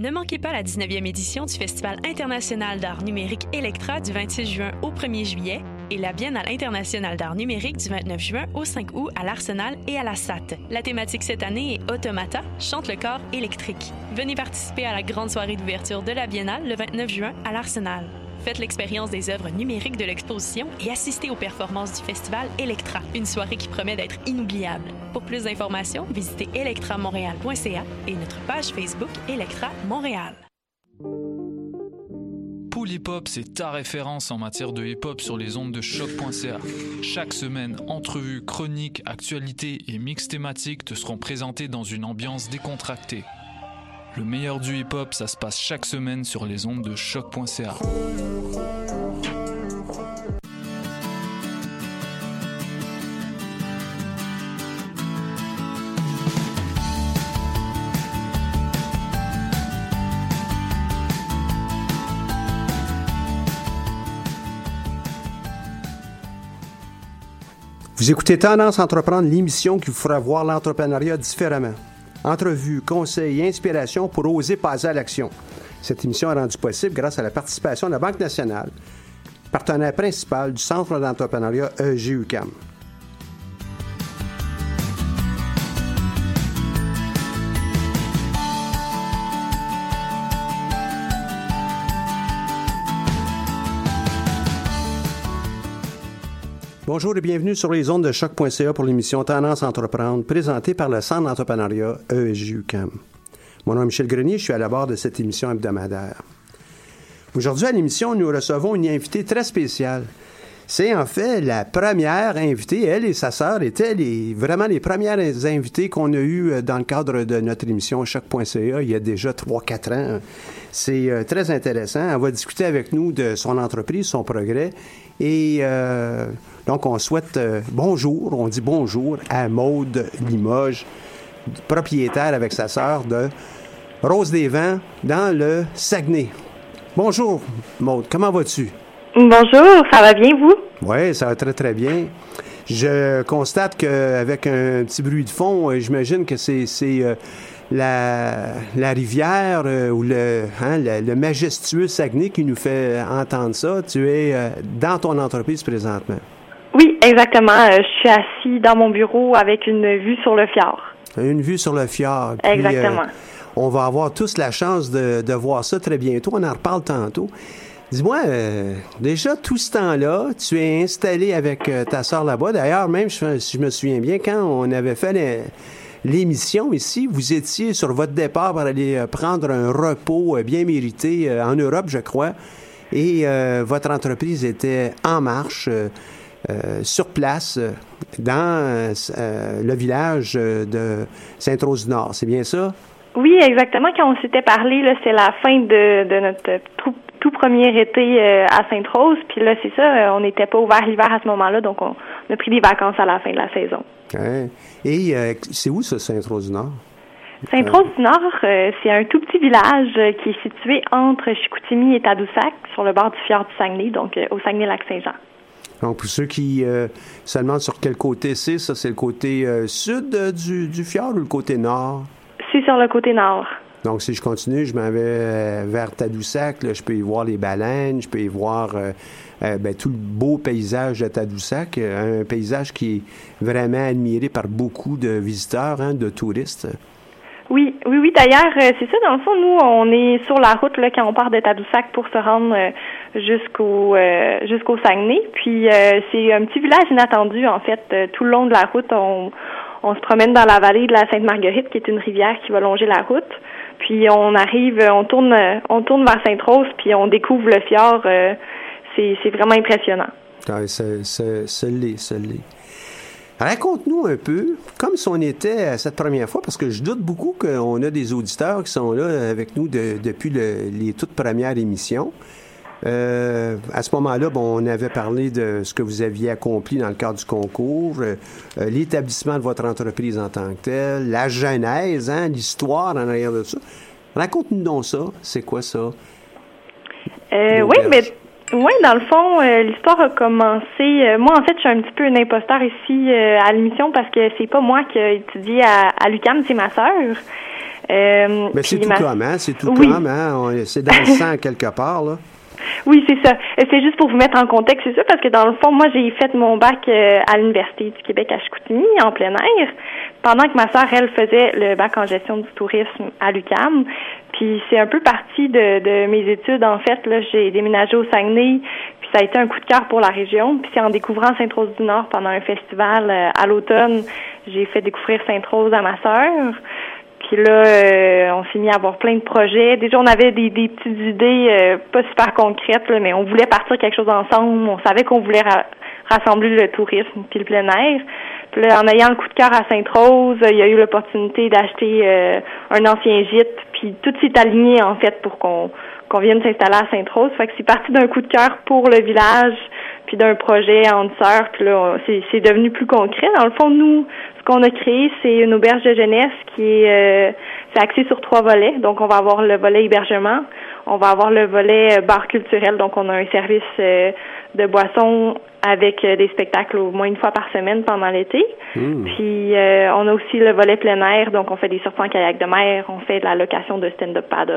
Ne manquez pas la 19e édition du Festival international d'art numérique Electra du 26 juin au 1er juillet et la Biennale internationale d'art numérique du 29 juin au 5 août à l'Arsenal et à la SAT. La thématique cette année est Automata, chante le corps électrique. Venez participer à la grande soirée d'ouverture de la Biennale le 29 juin à l'Arsenal. Faites l'expérience des œuvres numériques de l'exposition et assistez aux performances du festival Electra, une soirée qui promet d'être inoubliable. Pour plus d'informations, visitez electramontréal.ca et notre page Facebook Electra Montréal. Pool Hip Hop, c'est ta référence en matière de hip-hop sur les ondes de choc.ca. Chaque semaine, entrevues, chroniques, actualités et mix thématiques te seront présentés dans une ambiance décontractée. Le meilleur du hip-hop, ça se passe chaque semaine sur les ondes de choc.ca. Vous écoutez Tendance Entreprendre, l'émission qui vous fera voir l'entrepreneuriat différemment. Entrevues, conseils et inspiration pour oser passer à l'action. Cette émission est rendue possible grâce à la participation de la Banque nationale, partenaire principal du Centre d'entrepreneuriat EG-UQAM. Bonjour et bienvenue sur les ondes de choc.ca pour l'émission Tendance Entreprendre, présentée par le Centre d'entrepreneuriat EG-UQAM. Mon nom est Michel Grenier, je suis à la barre de cette émission hebdomadaire. Aujourd'hui à l'émission, nous recevons une invitée très spéciale. C'est en fait la première invitée, elle et sa sœur étaient vraiment les premières invitées qu'on a eues dans le cadre de notre émission Choc.ca il y a déjà 3-4 ans. C'est très intéressant. Elle va discuter avec nous de son entreprise, son progrès. Et donc, on souhaite bonjour, on dit bonjour à Maude Limoges, propriétaire avec sa sœur de Rose des Vents dans le Saguenay. Bonjour Maude, comment vas-tu? Bonjour, ça va bien vous? Oui, ça va très très bien. Je constate qu'avec un petit bruit de fond, j'imagine que c'est la rivière ou le majestueux Saguenay qui nous fait entendre ça. Tu es dans ton entreprise présentement. Oui, exactement. Je suis assis dans mon bureau avec une vue sur le fjord. Une vue sur le fjord. Puis, exactement. On va avoir tous la chance de voir ça très bientôt. On en reparle tantôt. Dis-moi, déjà, tout ce temps-là, tu es installé avec ta sœur là-bas. D'ailleurs, même, si je me souviens bien, quand on avait fait l'émission ici, vous étiez sur votre départ pour aller prendre un repos bien mérité en Europe, je crois, et votre entreprise était en marche sur place dans le village de Sainte-Rose-du-Nord. C'est bien ça? Oui, exactement. Quand on s'était parlé, là, c'est la fin de notre tout premier été à Sainte-Rose. Puis là, c'est ça, on n'était pas ouvert l'hiver à ce moment-là, donc on a pris des vacances à la fin de la saison. Ouais. Et c'est où ça, Sainte-Rose-du-Nord? Sainte-Rose-du-Nord, c'est un tout petit village qui est situé entre Chicoutimi et Tadoussac, sur le bord du fjord du Saguenay, donc au Saguenay-Lac-Saint-Jean. Donc, pour ceux qui se demandent sur quel côté c'est, ça, c'est le côté sud du fjord ou le côté nord? C'est sur le côté nord. Donc, si je continue, je m'en vais vers Tadoussac, là, je peux y voir les baleines, je peux y voir tout le beau paysage de Tadoussac, un paysage qui est vraiment admiré par beaucoup de visiteurs, de touristes. Oui. D'ailleurs, c'est ça, dans le fond, nous, on est sur la route là, quand on part de Tadoussac pour se rendre jusqu'au Saguenay. Puis, c'est un petit village inattendu, en fait. Tout le long de la route, on se promène dans la vallée de la Sainte-Marguerite, qui est une rivière qui va longer la route. Puis, on arrive, on tourne vers Sainte-Rose, puis on découvre le fjord. C'est vraiment impressionnant. Ah, ça l'est. Raconte-nous un peu, comme si on était cette première fois, parce que je doute beaucoup qu'on a des auditeurs qui sont là avec nous depuis les toutes premières émissions. À ce moment-là, on avait parlé de ce que vous aviez accompli dans le cadre du concours, l'établissement de votre entreprise en tant que telle, la genèse, l'histoire en arrière de ça. Raconte-nous donc ça. C'est quoi ça? Oui, dans le fond, l'histoire a commencé. Moi, en fait, je suis un petit peu une imposteur ici à l'émission parce que c'est pas moi qui ai étudié à l'UQAM, c'est ma sœur. Mais c'est tout comme, hein? C'est tout comme, hein? C'est dans le sang quelque part, là. Oui, c'est ça. C'est juste pour vous mettre en contexte, c'est ça, parce que dans le fond, moi, j'ai fait mon bac à l'Université du Québec à Chicoutimi, en plein air, pendant que ma sœur, elle, faisait le bac en gestion du tourisme à l'UQAM. Puis c'est un peu partie de mes études, en fait. Là, j'ai déménagé au Saguenay, puis ça a été un coup de cœur pour la région. Puis c'est en découvrant Sainte-Rose-du-Nord pendant un festival à l'automne, j'ai fait découvrir Sainte-Rose à ma sœur. Puis là, on s'est mis à avoir plein de projets. Déjà, on avait des petites idées pas super concrètes, là, mais on voulait partir quelque chose ensemble. On savait qu'on voulait rassembler le tourisme puis le plein air. Puis là, en ayant le coup de cœur à Sainte-Rose, il y a eu l'opportunité d'acheter un ancien gîte. Puis tout s'est aligné, en fait, pour qu'on vienne s'installer à Sainte-Rose. Fait que c'est parti d'un coup de cœur pour le village, puis d'un projet en sœurs. Puis là, c'est devenu plus concret. Dans le fond, nous, ce qu'on a créé, c'est une auberge de jeunesse qui est c'est axé sur 3 volets. Donc, on va avoir le volet hébergement, on va avoir le volet bar culturel. Donc, on a un service de boissons avec des spectacles au moins une fois par semaine pendant l'été. Puis, on a aussi le volet plein air. Donc, on fait des sorties en kayak de mer, on fait de la location de stand-up paddle.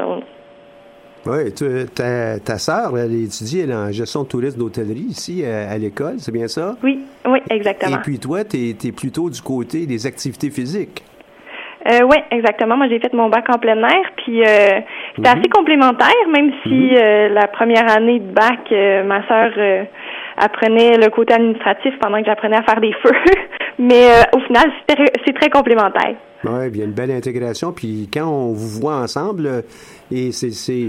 Oui, ta sœur, elle étudie en gestion de tourisme d'hôtellerie ici à l'école, c'est bien ça? Oui, exactement. Et puis toi, t'es plutôt du côté des activités physiques. Oui, exactement. Moi, j'ai fait mon bac en plein air, puis c'était assez complémentaire, même si la première année de bac, ma sœur apprenait le côté administratif pendant que j'apprenais à faire des feux. Mais au final, c'est très complémentaire. Oui, bien une belle intégration. Puis quand on vous voit ensemble, et c'est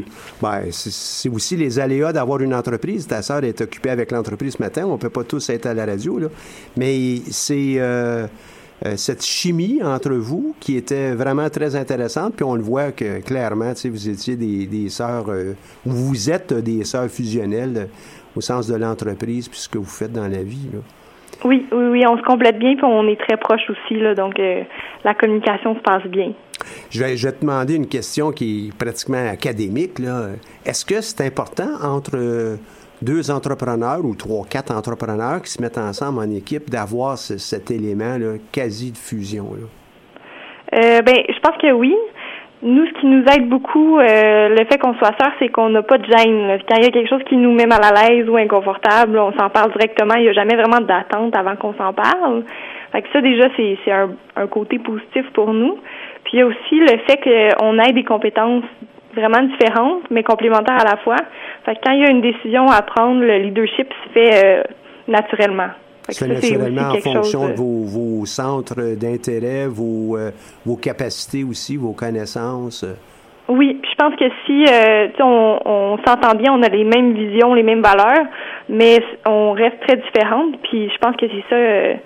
aussi les aléas d'avoir une entreprise. Ta sœur est occupée avec l'entreprise ce matin. On peut pas tous être à la radio, là. Mais c'est cette chimie entre vous qui était vraiment très intéressante. Puis on le voit que clairement, tu sais, vous étiez des sœurs, vous êtes des sœurs fusionnelles au sens de l'entreprise puis ce que vous faites dans la vie, là. Oui, on se complète bien, puis on est très proches aussi, là, donc la communication se passe bien. Je vais te demander une question qui est pratiquement académique, là. Est-ce que c'est important entre 2 entrepreneurs ou 3-4 entrepreneurs qui se mettent ensemble en équipe d'avoir cet élément là, quasi de fusion, là? Je pense que oui. Nous, ce qui nous aide beaucoup, le fait qu'on soit sœurs, c'est qu'on n'a pas de gêne, là. Quand il y a quelque chose qui nous met mal à l'aise ou inconfortable, on s'en parle directement. Il n'y a jamais vraiment d'attente avant qu'on s'en parle. Fait que ça, déjà, c'est un côté positif pour nous. Puis il y a aussi le fait qu'on ait des compétences vraiment différentes, mais complémentaires à la fois. Fait que quand il y a une décision à prendre, le leadership se fait naturellement. Ça fait naturellement en fonction de vos centres d'intérêt, vos capacités aussi, vos connaissances. Oui, puis je pense que si on s'entend bien, on a les mêmes visions, les mêmes valeurs, mais on reste très différentes. Puis je pense que c'est ça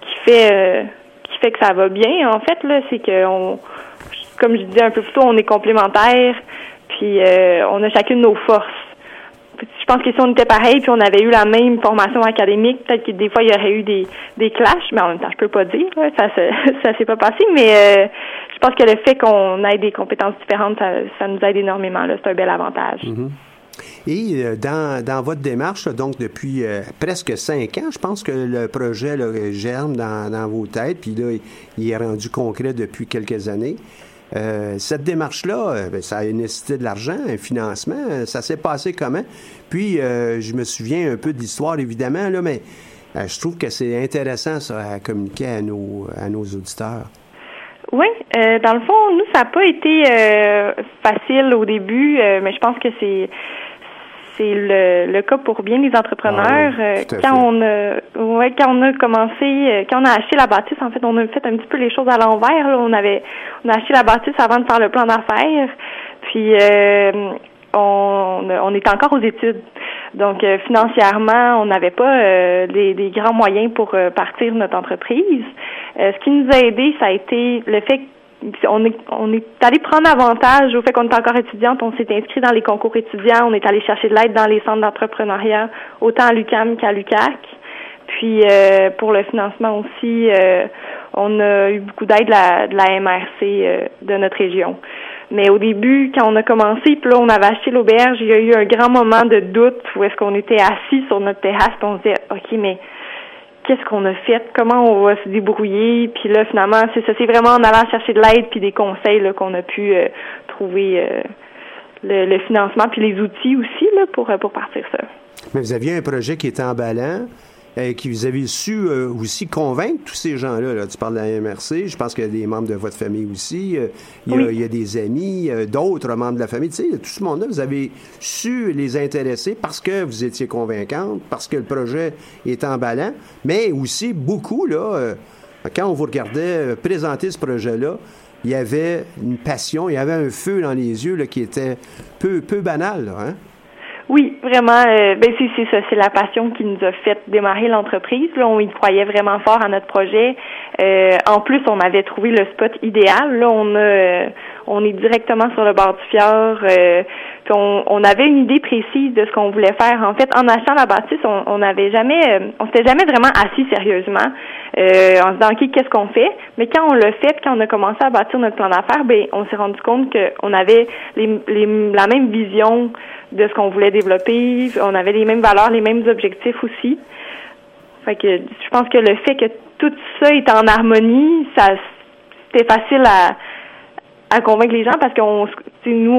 qui fait que ça va bien. En fait, là, c'est que comme je disais un peu plus tôt, on est complémentaires, puis on a chacune nos forces. Je pense que si on était pareil puis on avait eu la même formation académique, peut-être que des fois il y aurait eu des clashs, mais en même temps je peux pas dire, là, ça s'est pas passé, mais je pense que le fait qu'on ait des compétences différentes, ça nous aide énormément, là, c'est un bel avantage. Et dans votre démarche, là, donc depuis presque 5 ans, je pense que le projet là, germe dans vos têtes, puis là il est rendu concret depuis quelques années. Cette démarche-là, ça a nécessité de l'argent, un financement. Ça s'est passé comment? Puis, je me souviens un peu de l'histoire, évidemment, là, mais je trouve que c'est intéressant, ça, à communiquer à nos auditeurs. Oui, dans le fond, nous, ça n'a pas été facile au début, mais je pense que c'est le cas pour bien les entrepreneurs. Quand on a commencé, quand on a acheté la bâtisse, en fait, on a fait un petit peu les choses à l'envers, là. On a acheté la bâtisse avant de faire le plan d'affaires. Puis on était encore aux études. Donc financièrement, on n'avait pas des grands moyens pour partir notre entreprise. Ce qui nous a aidé, ça a été le fait on est allé prendre avantage au fait qu'on est encore étudiante. On s'est inscrit dans les concours étudiants. On est allé chercher de l'aide dans les centres d'entrepreneuriat, autant à l'UQAM qu'à l'UQAC. Puis pour le financement aussi, on a eu beaucoup d'aide de la MRC de notre région. Mais au début, quand on a commencé, puis là, on avait acheté l'auberge, il y a eu un grand moment de doute où est-ce qu'on était assis sur notre terrasse, puis on se disait, OK, mais qu'est-ce qu'on a fait, comment on va se débrouiller, puis là, finalement, c'est ça, c'est vraiment en allant chercher de l'aide puis des conseils là, qu'on a pu trouver le financement puis les outils aussi là, pour partir ça. Mais vous aviez un projet qui était emballant, qui vous avez su aussi convaincre tous ces gens-là. Là. Tu parles de la MRC, je pense qu'il y a des membres de votre famille aussi, il y a des amis, d'autres membres de la famille. Tu sais, tout ce monde-là, vous avez su les intéresser parce que vous étiez convaincante, parce que le projet est emballant, mais aussi beaucoup, là, quand on vous regardait présenter ce projet-là, il y avait une passion, il y avait un feu dans les yeux là, qui était peu banal, là, hein? Oui, vraiment. C'est ça, c'est la passion qui nous a fait démarrer l'entreprise. Là, on y croyait vraiment fort à notre projet. En plus, on avait trouvé le spot idéal. Là, on est directement sur le bord du fjord. Puis on avait une idée précise de ce qu'on voulait faire. En fait, en achetant la bâtisse, on s'était jamais vraiment assis sérieusement en se disant ok, qu'est-ce qu'on fait. Mais quand on l'a fait, quand on a commencé à bâtir notre plan d'affaires, on s'est rendu compte qu'on avait la même vision de ce qu'on voulait développer. On avait les mêmes valeurs, les mêmes objectifs aussi. Fait que je pense que le fait que tout ça est en harmonie, c'était facile à convaincre les gens parce que nous,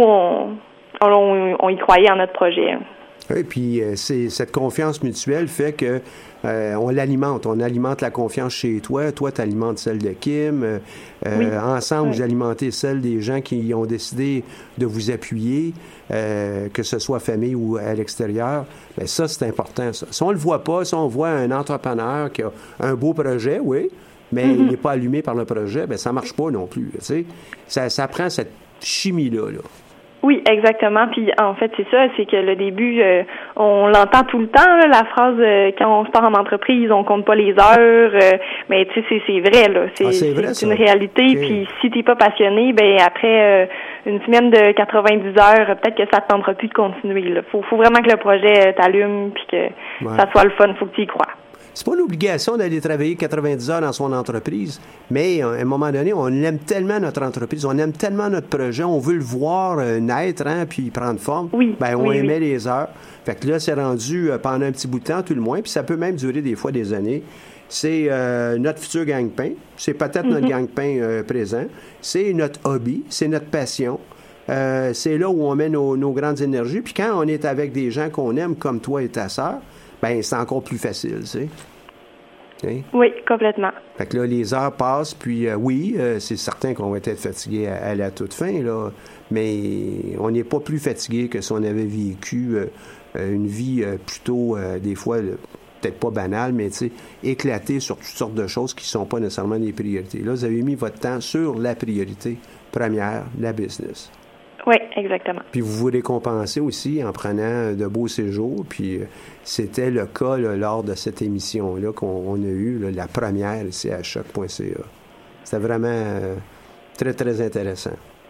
on y croyait en notre projet. Oui, puis cette confiance mutuelle fait que on l'alimente. On alimente la confiance chez toi. Toi, tu alimentes celle de Kim. Oui. Ensemble, vous alimentez celle des gens qui ont décidé de vous appuyer, que ce soit famille ou à l'extérieur. Bien, ça, c'est important. Ça. Si on ne le voit pas, si on voit un entrepreneur qui a un beau projet, oui, mais il n'est pas allumé par le projet, bien, ça ne marche pas non plus. Tu sais? Ça prend cette chimie-là. Là. Oui, exactement. Puis en fait, c'est ça, c'est que le début, on l'entend tout le temps, là, la phrase quand on se part en entreprise, on compte pas les heures. Mais tu sais, c'est vrai, là. C'est une réalité. Okay. Puis si t'es pas passionné, après une semaine de 90 heures, peut-être que ça te tentera plus de continuer. Là. Faut vraiment que le projet t'allume puis que ça soit le fun. Faut que tu y crois. C'est pas une obligation d'aller travailler 90 heures dans son entreprise, mais à un moment donné, on aime tellement notre entreprise, on aime tellement notre projet, on veut le voir naître, hein, puis prendre forme. Oui. On aimait les heures. Fait que là, c'est rendu pendant un petit bout de temps, tout le moins, puis ça peut même durer des fois des années. C'est notre futur gang-pain, c'est peut-être notre gang-pain présent, c'est notre hobby, c'est notre passion. C'est là où on met nos grandes énergies. Puis quand on est avec des gens qu'on aime, comme toi et ta sœur, c'est encore plus facile, tu sais. Okay? Oui, complètement. Fait que là, les heures passent, puis c'est certain qu'on va être fatigué à la toute fin, là, mais on n'est pas plus fatigué que si on avait vécu une vie plutôt, des fois, peut-être pas banale, mais tu sais, éclatée sur toutes sortes de choses qui ne sont pas nécessairement des priorités. Là, vous avez mis votre temps sur la priorité première, la business. Oui, exactement. Puis vous vous récompensez aussi en prenant de beaux séjours. Puis c'était le cas là, lors de cette émission-là qu'on a eue, là, la première ici à choc.ca. C'était vraiment très, très intéressant.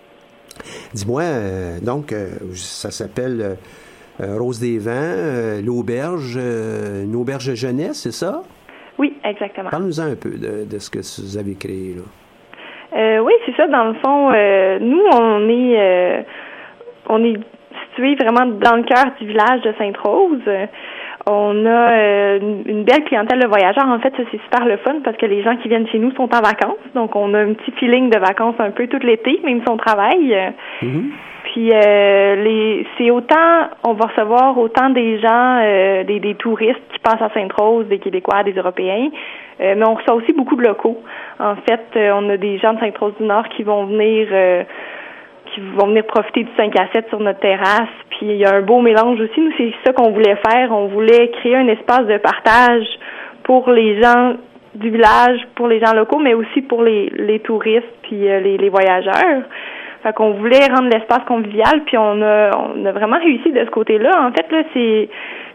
Dis-moi, donc, ça s'appelle Rose des Vents, l'auberge, une auberge de jeunesse, c'est ça? Oui, exactement. Parle-nous-en un peu de ce que vous avez créé, là. Oui, c'est ça. Dans le fond, nous, on est situé vraiment dans le cœur du village de Sainte-Rose. On a une belle clientèle de voyageurs. En fait, ça, c'est super le fun parce que les gens qui viennent chez nous sont en vacances. Donc, on a un petit feeling de vacances un peu tout l'été, même si on travaille. Puis, c'est autant, on va recevoir autant des gens, des touristes qui passent à Sainte-Rose, des Québécois, des Européens, mais on reçoit aussi beaucoup de locaux. En fait, on a des gens de Sainte-Rose-du-Nord qui vont venir profiter du 5 à 7 sur notre terrasse. Puis il y a un beau mélange aussi. Nous, c'est ça qu'on voulait faire. On voulait créer un espace de partage pour les gens du village, pour les gens locaux, mais aussi pour les touristes puis les voyageurs. Fait qu'on voulait rendre l'espace convivial, puis on a vraiment réussi de ce côté-là. En fait, là, c'est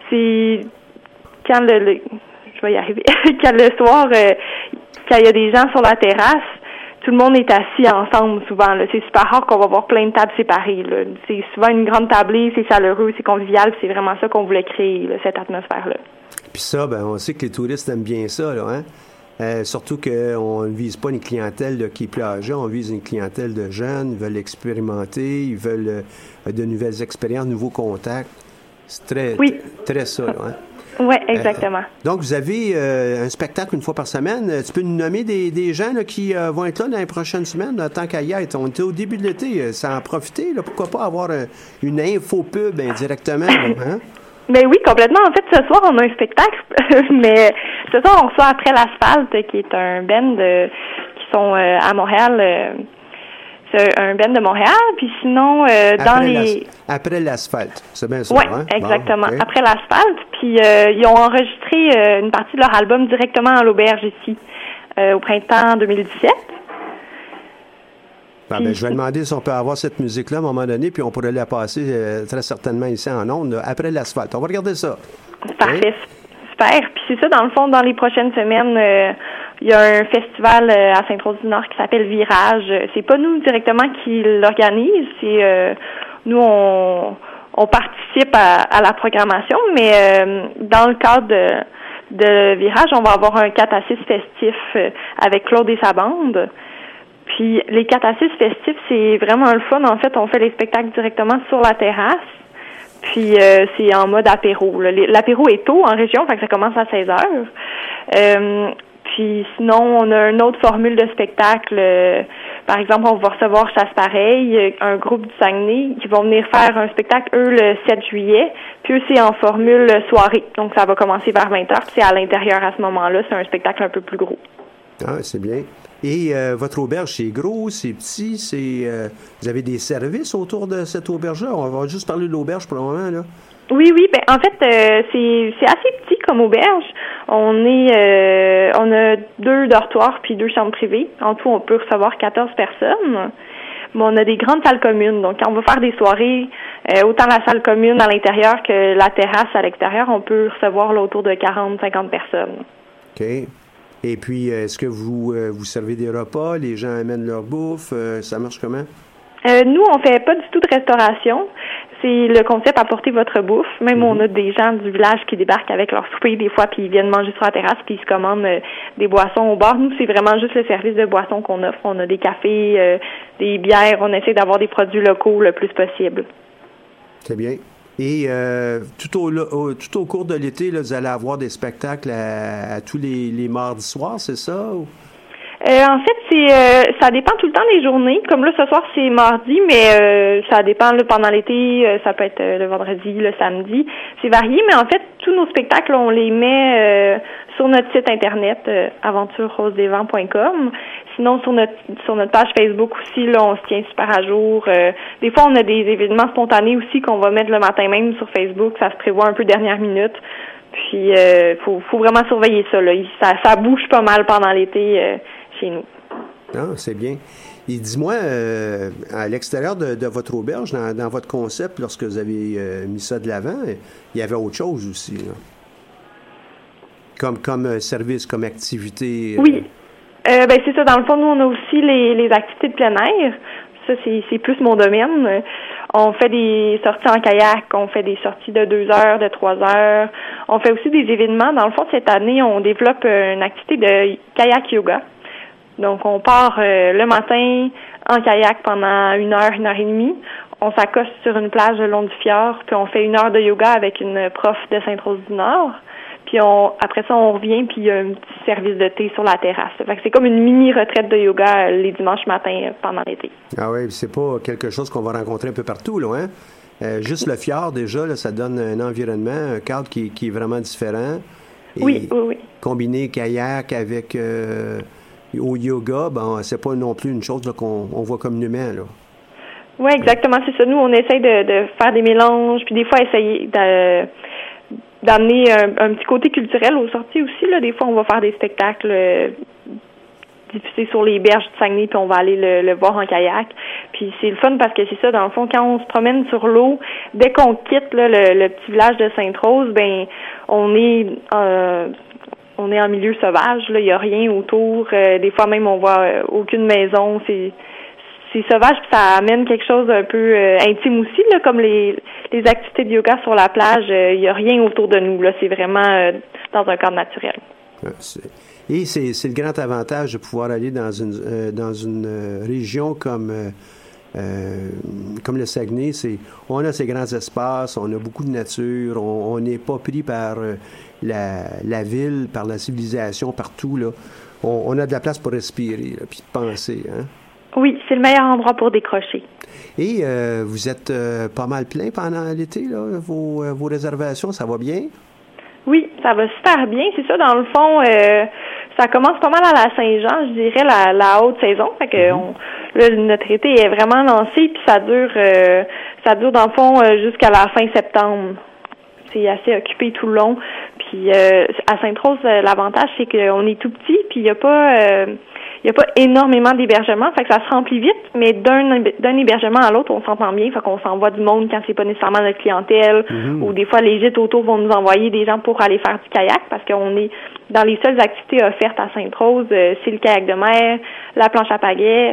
quand je vais y arriver. Quand le soir, quand il y a des gens sur la terrasse, tout le monde est assis ensemble souvent. Là. C'est super rare qu'on va voir plein de tables séparées. Là. C'est souvent une grande tablée, c'est chaleureux, c'est convivial, c'est vraiment ça qu'on voulait créer, là, cette atmosphère-là. Puis ça, on sait que les touristes aiment bien ça, là, hein? Surtout qu'on ne vise pas une clientèle là, qui est plus âgée, on vise une clientèle de jeunes, ils veulent expérimenter, ils veulent de nouvelles expériences, de nouveaux contacts. C'est très ça, là, hein? Oui, exactement. Donc, vous avez un spectacle une fois par semaine. Tu peux nous nommer des gens là, qui vont être là dans les prochaines semaines, là, tant qu'à y être. On était au début de l'été, ça en profiter. Là, pourquoi pas avoir une info-pub indirectement? Hein? Ben oui, complètement. En fait, ce soir, on a un spectacle, mais ce soir, on reçoit Après l'Asphalte, qui est un band qui sont à Montréal. C'est un band de Montréal, puis sinon, Après l'Asphalte, c'est bien ça, oui, hein? exactement. Bon, okay. Après l'Asphalte, puis ils ont enregistré une partie de leur album directement à l'auberge ici, au printemps 2017. Ben, je vais demander si on peut avoir cette musique-là à un moment donné, puis on pourrait la passer très certainement ici en ondes, là, Après l'Asphalte. On va regarder ça. Parfait. Super. Puis c'est ça, dans le fond, dans les prochaines semaines, il y a un festival à Sainte-Rose-du-Nord qui s'appelle Virage. C'est pas nous directement qui l'organise, c'est nous on participe à la programmation, mais dans le cadre de Virage, on va avoir un 4 à 6 festif avec Claude et sa bande. Puis les 4 à 6 festifs, c'est vraiment le fun. En fait, on fait les spectacles directement sur la terrasse. Puis c'est en mode apéro. L'apéro est tôt en région, fait que ça commence à 16 heures. Puis sinon, on a une autre formule de spectacle. Par exemple, on va recevoir Chasse Pareil, un groupe du Saguenay qui vont venir faire un spectacle, eux, le 7 juillet. Puis eux, c'est en formule soirée. Donc ça va commencer vers 20 heures. Puis c'est à l'intérieur à ce moment-là. C'est un spectacle un peu plus gros. Ah, c'est bien. Et votre auberge, c'est gros, c'est petit, vous avez des services autour de cette auberge-là? On va juste parler de l'auberge pour le moment, là. Oui, ben en fait, c'est assez petit comme auberge. On a 2 dortoirs puis 2 chambres privées. En tout, on peut recevoir 14 personnes. Mais on a des grandes salles communes. Donc, quand on va faire des soirées, autant la salle commune à l'intérieur que la terrasse à l'extérieur, on peut recevoir là, autour de 40-50 personnes. OK. Et puis, est-ce que vous servez des repas? Les gens amènent leur bouffe? Ça marche comment? Nous, on fait pas du tout de restauration. C'est le concept apporter votre bouffe. Même on a des gens du village qui débarquent avec leur souper des fois, puis ils viennent manger sur la terrasse, puis ils se commandent des boissons au bar. Nous, c'est vraiment juste le service de boissons qu'on offre. On a des cafés, des bières. On essaie d'avoir des produits locaux le plus possible. C'est bien. Et tout au cours de l'été, là, vous allez avoir des spectacles à tous les mardis soirs, c'est ça? Ou? En fait, ça dépend tout le temps des journées. Comme là, ce soir, c'est mardi, mais ça dépend là, pendant l'été. Ça peut être le vendredi, le samedi. C'est varié, mais en fait, tous nos spectacles, on les met sur notre site internet, aventurerosedesvents.com. Sinon, sur notre page Facebook aussi, là, on se tient super à jour. Des fois, on a des événements spontanés aussi qu'on va mettre le matin même sur Facebook. Ça se prévoit un peu dernière minute. Puis, faut vraiment surveiller ça, là. Ça bouge pas mal pendant l'été chez nous. Ah, c'est bien. Et dis-moi, à l'extérieur de votre auberge, dans votre concept, lorsque vous avez mis ça de l'avant, il y avait autre chose aussi, là. Comme service, comme activité. Oui. Ben c'est ça. Dans le fond, nous, on a aussi les activités de plein air. Ça, c'est plus mon domaine. On fait des sorties en kayak, on fait des sorties de 2 heures, de 3 heures. On fait aussi des événements. Dans le fond, cette année, on développe une activité de kayak yoga. Donc, on part le matin en kayak pendant 1 heure, 1 heure et demie. On s'accoste sur une plage le long du fjord, puis on fait 1 heure de yoga avec une prof de Sainte-Rose-du-Nord. Puis après ça, on revient, puis il y a un petit service de thé sur la terrasse. Fait que c'est comme une mini-retraite de yoga les dimanches matins pendant l'été. Ah oui, c'est pas quelque chose qu'on va rencontrer un peu partout, là, hein? Juste le fjord, déjà, là, ça donne un environnement, un cadre qui est vraiment différent. Et oui. combiner kayak avec au yoga, ben, c'est pas non plus une chose là, qu'on voit communément, là. Oui, exactement, c'est ça. Nous, on essaye de faire des mélanges, puis des fois, essayer d'amener un petit côté culturel aux sorties aussi, là. Des fois, on va faire des spectacles diffusés sur les berges du Saguenay, puis on va aller le voir en kayak. Puis c'est le fun parce que c'est ça, dans le fond, quand on se promène sur l'eau, dès qu'on quitte là, le petit village de Sainte-Rose, ben on est en milieu sauvage, là, il y a rien autour. Des fois même, on voit aucune maison. C'est sauvage, puis ça amène quelque chose d'un peu intime aussi, là, comme les activités de yoga sur la plage. Il n'y a rien autour de nous, là. C'est vraiment dans un cadre naturel. Et c'est le grand avantage de pouvoir aller dans une région comme comme le Saguenay, on a ces grands espaces, on a beaucoup de nature, on n'est pas pris par la ville, par la civilisation, partout, là. On a de la place pour respirer, là, puis penser, hein? Oui, c'est le meilleur endroit pour décrocher. Et vous êtes pas mal plein pendant l'été, là, vos réservations, ça va bien? Oui, ça va super bien. C'est ça, dans le fond, ça commence pas mal à la Saint-Jean, je dirais, la haute saison. Fait que là, notre été est vraiment lancé, puis ça dure dans le fond jusqu'à la fin septembre. C'est assez occupé tout le long. Puis à Sainte-Rose, l'avantage, c'est qu'on est tout petit, puis il n'y a pas énormément d'hébergements, fait que ça se remplit vite, mais d'un hébergement à l'autre, on s'entend bien, fait qu'on s'envoie du monde quand c'est pas nécessairement notre clientèle, ou des fois les gîtes autour vont nous envoyer des gens pour aller faire du kayak, parce qu'on est dans les seules activités offertes à Sainte-Rose, c'est le kayak de mer, la planche à pagaie,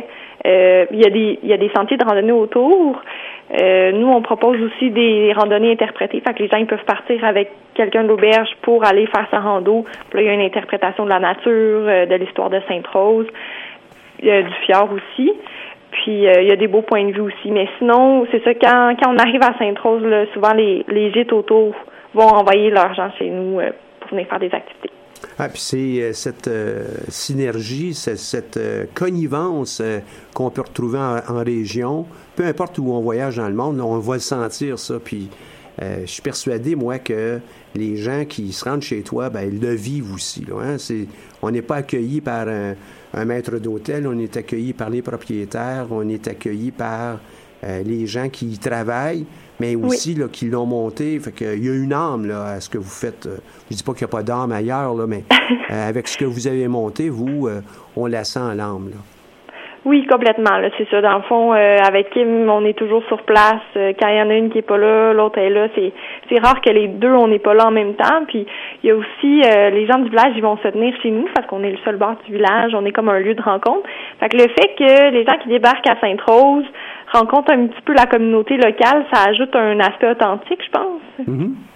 il y a des sentiers de randonnée autour. Nous, on propose aussi des randonnées interprétées, fait que les gens ils peuvent partir avec quelqu'un de l'auberge pour aller faire sa rando. Puis là, il y a une interprétation de la nature, de l'histoire de Sainte-Rose, du fjord aussi. Puis il y a des beaux points de vue aussi. Mais sinon, c'est ça, quand on arrive à Sainte-Rose, là, souvent les gîtes autour vont envoyer leurs gens chez nous pour venir faire des activités. Ah, puis c'est cette synergie, cette connivence qu'on peut retrouver en région, peu importe où on voyage dans le monde, on va le sentir, ça. Puis je suis persuadé, moi, que les gens qui se rendent chez toi, ben ils le vivent aussi. Là, hein? On n'est pas accueilli par un maître d'hôtel, on est accueilli par les propriétaires, on est accueilli par les gens qui y travaillent, mais aussi là, qui l'ont monté. Fait qu'il y a une âme là, à ce que vous faites. Je dis pas qu'il n'y a pas d'âme ailleurs, là, mais avec ce que vous avez monté, vous, on la sent l'âme. Là. Oui, complètement. Là, c'est ça. Dans le fond, avec Kim, on est toujours sur place. Quand il y en a une qui est pas là, l'autre est là. C'est rare que les deux, on n'est pas là en même temps. Puis il y a aussi les gens du village, ils vont se tenir chez nous parce qu'on est le seul bar du village. On est comme un lieu de rencontre. Fait que le fait que les gens qui débarquent à Sainte-Rose rencontrent un petit peu la communauté locale, ça ajoute un aspect authentique, je pense.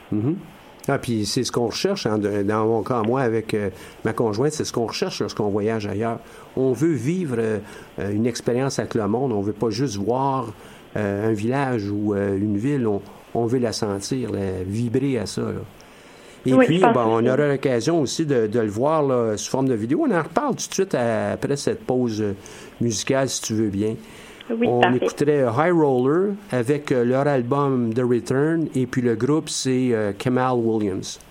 Ah, puis c'est ce qu'on recherche, hein, dans mon cas, moi, avec ma conjointe, c'est ce qu'on recherche lorsqu'on voyage ailleurs. On veut vivre une expérience avec le monde, on veut pas juste voir un village ou une ville, on veut la sentir, vibrer à ça. Là. Et puis, on aura l'occasion aussi de le voir là, sous forme de vidéo. On en reparle tout de suite après cette pause musicale, si tu veux bien. Oui, on parfait. écouterait High Roller avec leur album The Return et puis le groupe c'est Kamal Williams.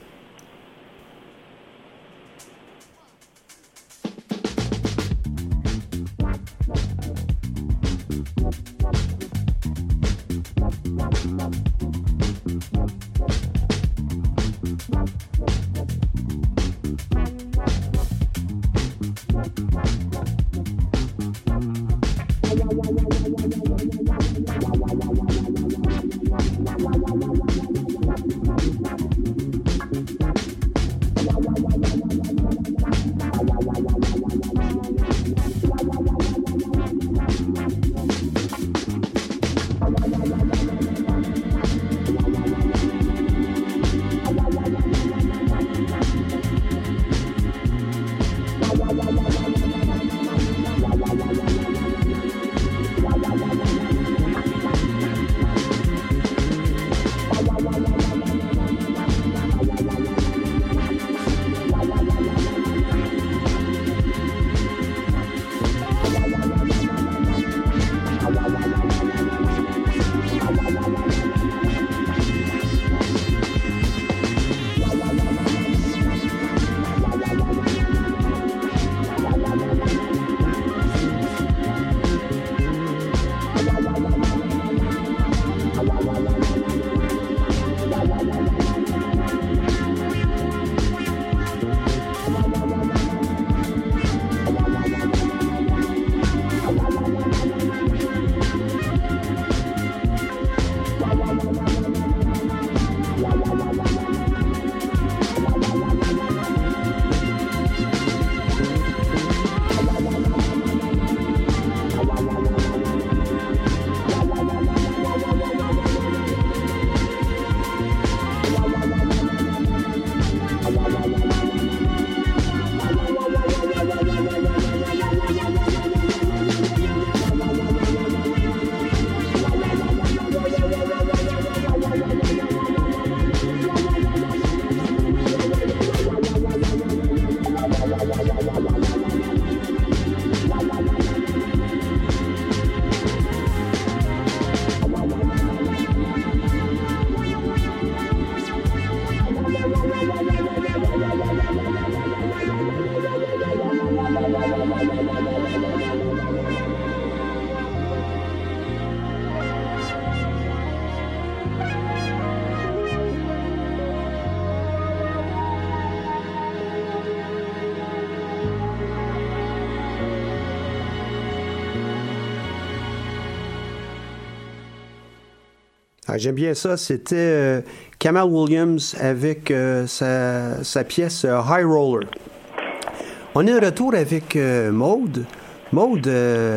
J'aime bien ça. C'était Kamal Williams avec sa pièce High Roller. On est de retour avec Maude. Maude,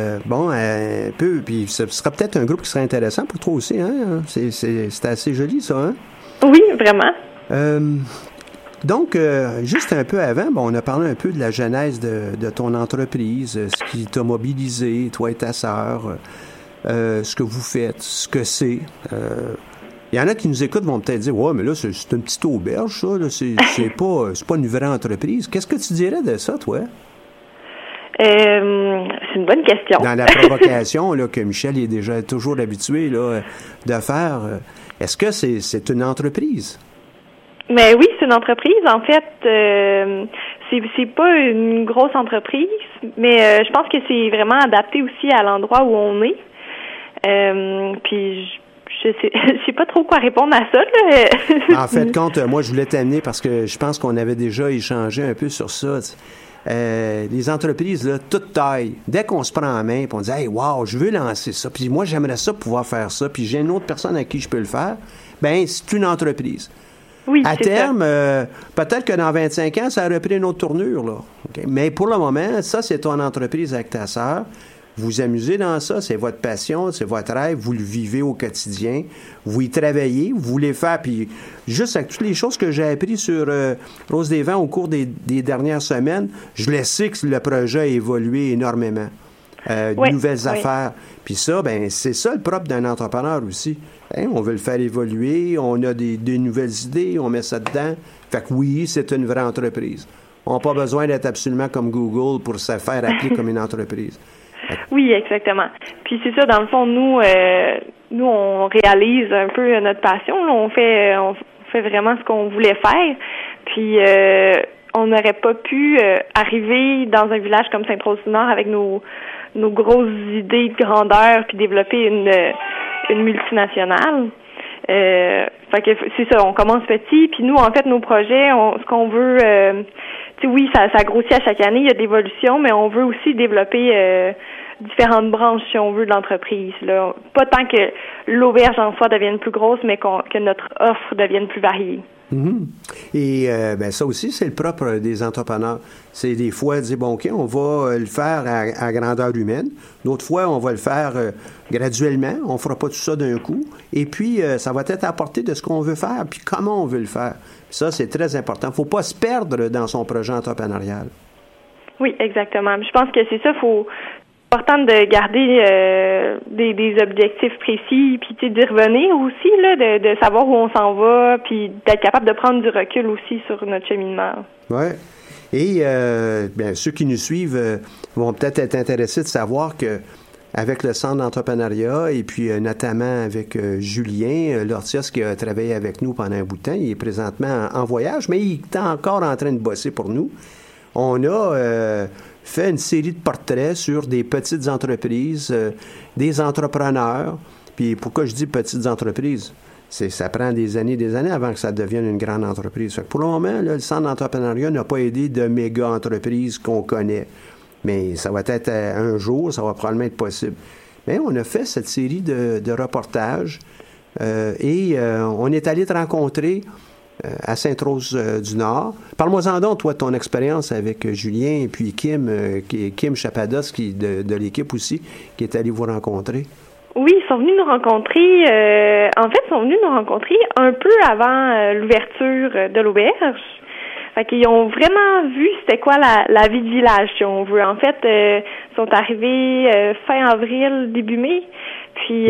un peu, puis ce sera peut-être un groupe qui serait intéressant pour toi aussi, hein? C'est assez joli, ça, hein? Oui, vraiment. Donc, juste un peu avant, on a parlé un peu de la genèse de ton entreprise, ce qui t'a mobilisé, toi et ta sœur, ce que vous faites, ce que c'est. Il y en a qui nous écoutent vont peut-être dire « Ouais, mais là, c'est une petite auberge, ça. Là, c'est pas une vraie entreprise. » Qu'est-ce que tu dirais de ça, toi? C'est une bonne question. Dans la provocation là, que Michel est déjà toujours habitué là, de faire, est-ce que c'est une entreprise? Mais oui, c'est une entreprise. En fait, c'est pas une grosse entreprise, mais je pense que c'est vraiment adapté aussi à l'endroit où on est. Puis je sais pas trop quoi répondre à ça. Là. En fait, compte, moi, je voulais t'amener parce que je pense qu'on avait déjà échangé un peu sur ça. Les entreprises, là, toute taille, dès qu'on se prend en main, puis on dit « Hey, wow, je veux lancer ça, puis moi, j'aimerais ça pouvoir faire ça, puis j'ai une autre personne à qui je peux le faire », bien, c'est une entreprise. Oui, à terme, peut-être que dans 25 ans, ça aurait pris une autre tournure, là. Okay? Mais pour le moment, ça, c'est ton entreprise avec ta sœur. Vous amusez dans ça, c'est votre passion, c'est votre rêve, vous le vivez au quotidien, vous y travaillez, vous voulez faire, puis juste avec toutes les choses que j'ai appris sur Rose des Vents au cours des dernières semaines, je le sais que le projet a évolué énormément. De nouvelles affaires. Puis ça, ben c'est ça le propre d'un entrepreneur aussi. Hein? On veut le faire évoluer, on a des nouvelles idées, on met ça dedans. Fait que oui, c'est une vraie entreprise. On n'a pas besoin d'être absolument comme Google pour se faire appeler comme une entreprise. Oui, exactement. Puis c'est ça, dans le fond, nous, on réalise un peu notre passion. Là, on fait vraiment ce qu'on voulait faire. Puis on n'aurait pas pu arriver dans un village comme Sainte-Rose-du-Nord avec nos grosses idées de grandeur puis développer une multinationale. Fait que c'est ça, on commence petit. Puis nous, en fait, nos projets, ce qu'on veut, oui, ça grossit à chaque année, il y a de l'évolution, mais on veut aussi développer différentes branches, si on veut, de l'entreprise. Là. Pas tant que l'auberge en soi devienne plus grosse, mais que notre offre devienne plus variée. Mm-hmm. Et ça aussi, c'est le propre des entrepreneurs. C'est des fois dire, bon, OK, on va le faire à grandeur humaine. D'autres fois, on va le faire graduellement. On ne fera pas tout ça d'un coup. Et puis, ça va être à la portée de ce qu'on veut faire, puis comment on veut le faire. Puis ça, c'est très important. Il ne faut pas se perdre dans son projet entrepreneurial. Oui, exactement. Je pense que c'est ça, c'est important de garder des objectifs précis, puis d'y revenir aussi, là, de savoir où on s'en va, puis d'être capable de prendre du recul aussi sur notre cheminement. Oui. Et ceux qui nous suivent vont peut-être être intéressés de savoir que avec le Centre d'entrepreneuriat et puis notamment avec Julien Lortias qui a travaillé avec nous pendant un bout de temps, il est présentement en voyage, mais il est encore en train de bosser pour nous. On a fait une série de portraits sur des petites entreprises, des entrepreneurs. Puis pourquoi je dis petites entreprises? Ça prend des années avant que ça devienne une grande entreprise. Fait que pour le moment, là, le Centre d'entrepreneuriat n'a pas aidé de méga entreprises qu'on connaît. Mais ça va être un jour, ça va probablement être possible. Mais on a fait cette série de reportages et on est allé te rencontrer à Sainte-Rose-du-Nord. Parle-moi-en donc, toi, de ton expérience avec Julien et puis Kim Chapados, de l'équipe aussi, qui est allé vous rencontrer. Oui, ils sont venus nous rencontrer. En fait, ils sont venus nous rencontrer un peu avant l'ouverture de l'auberge. Fait qu'ils ont vraiment vu c'était quoi la vie de village, si on veut. En fait, ils sont arrivés fin avril, début mai. Puis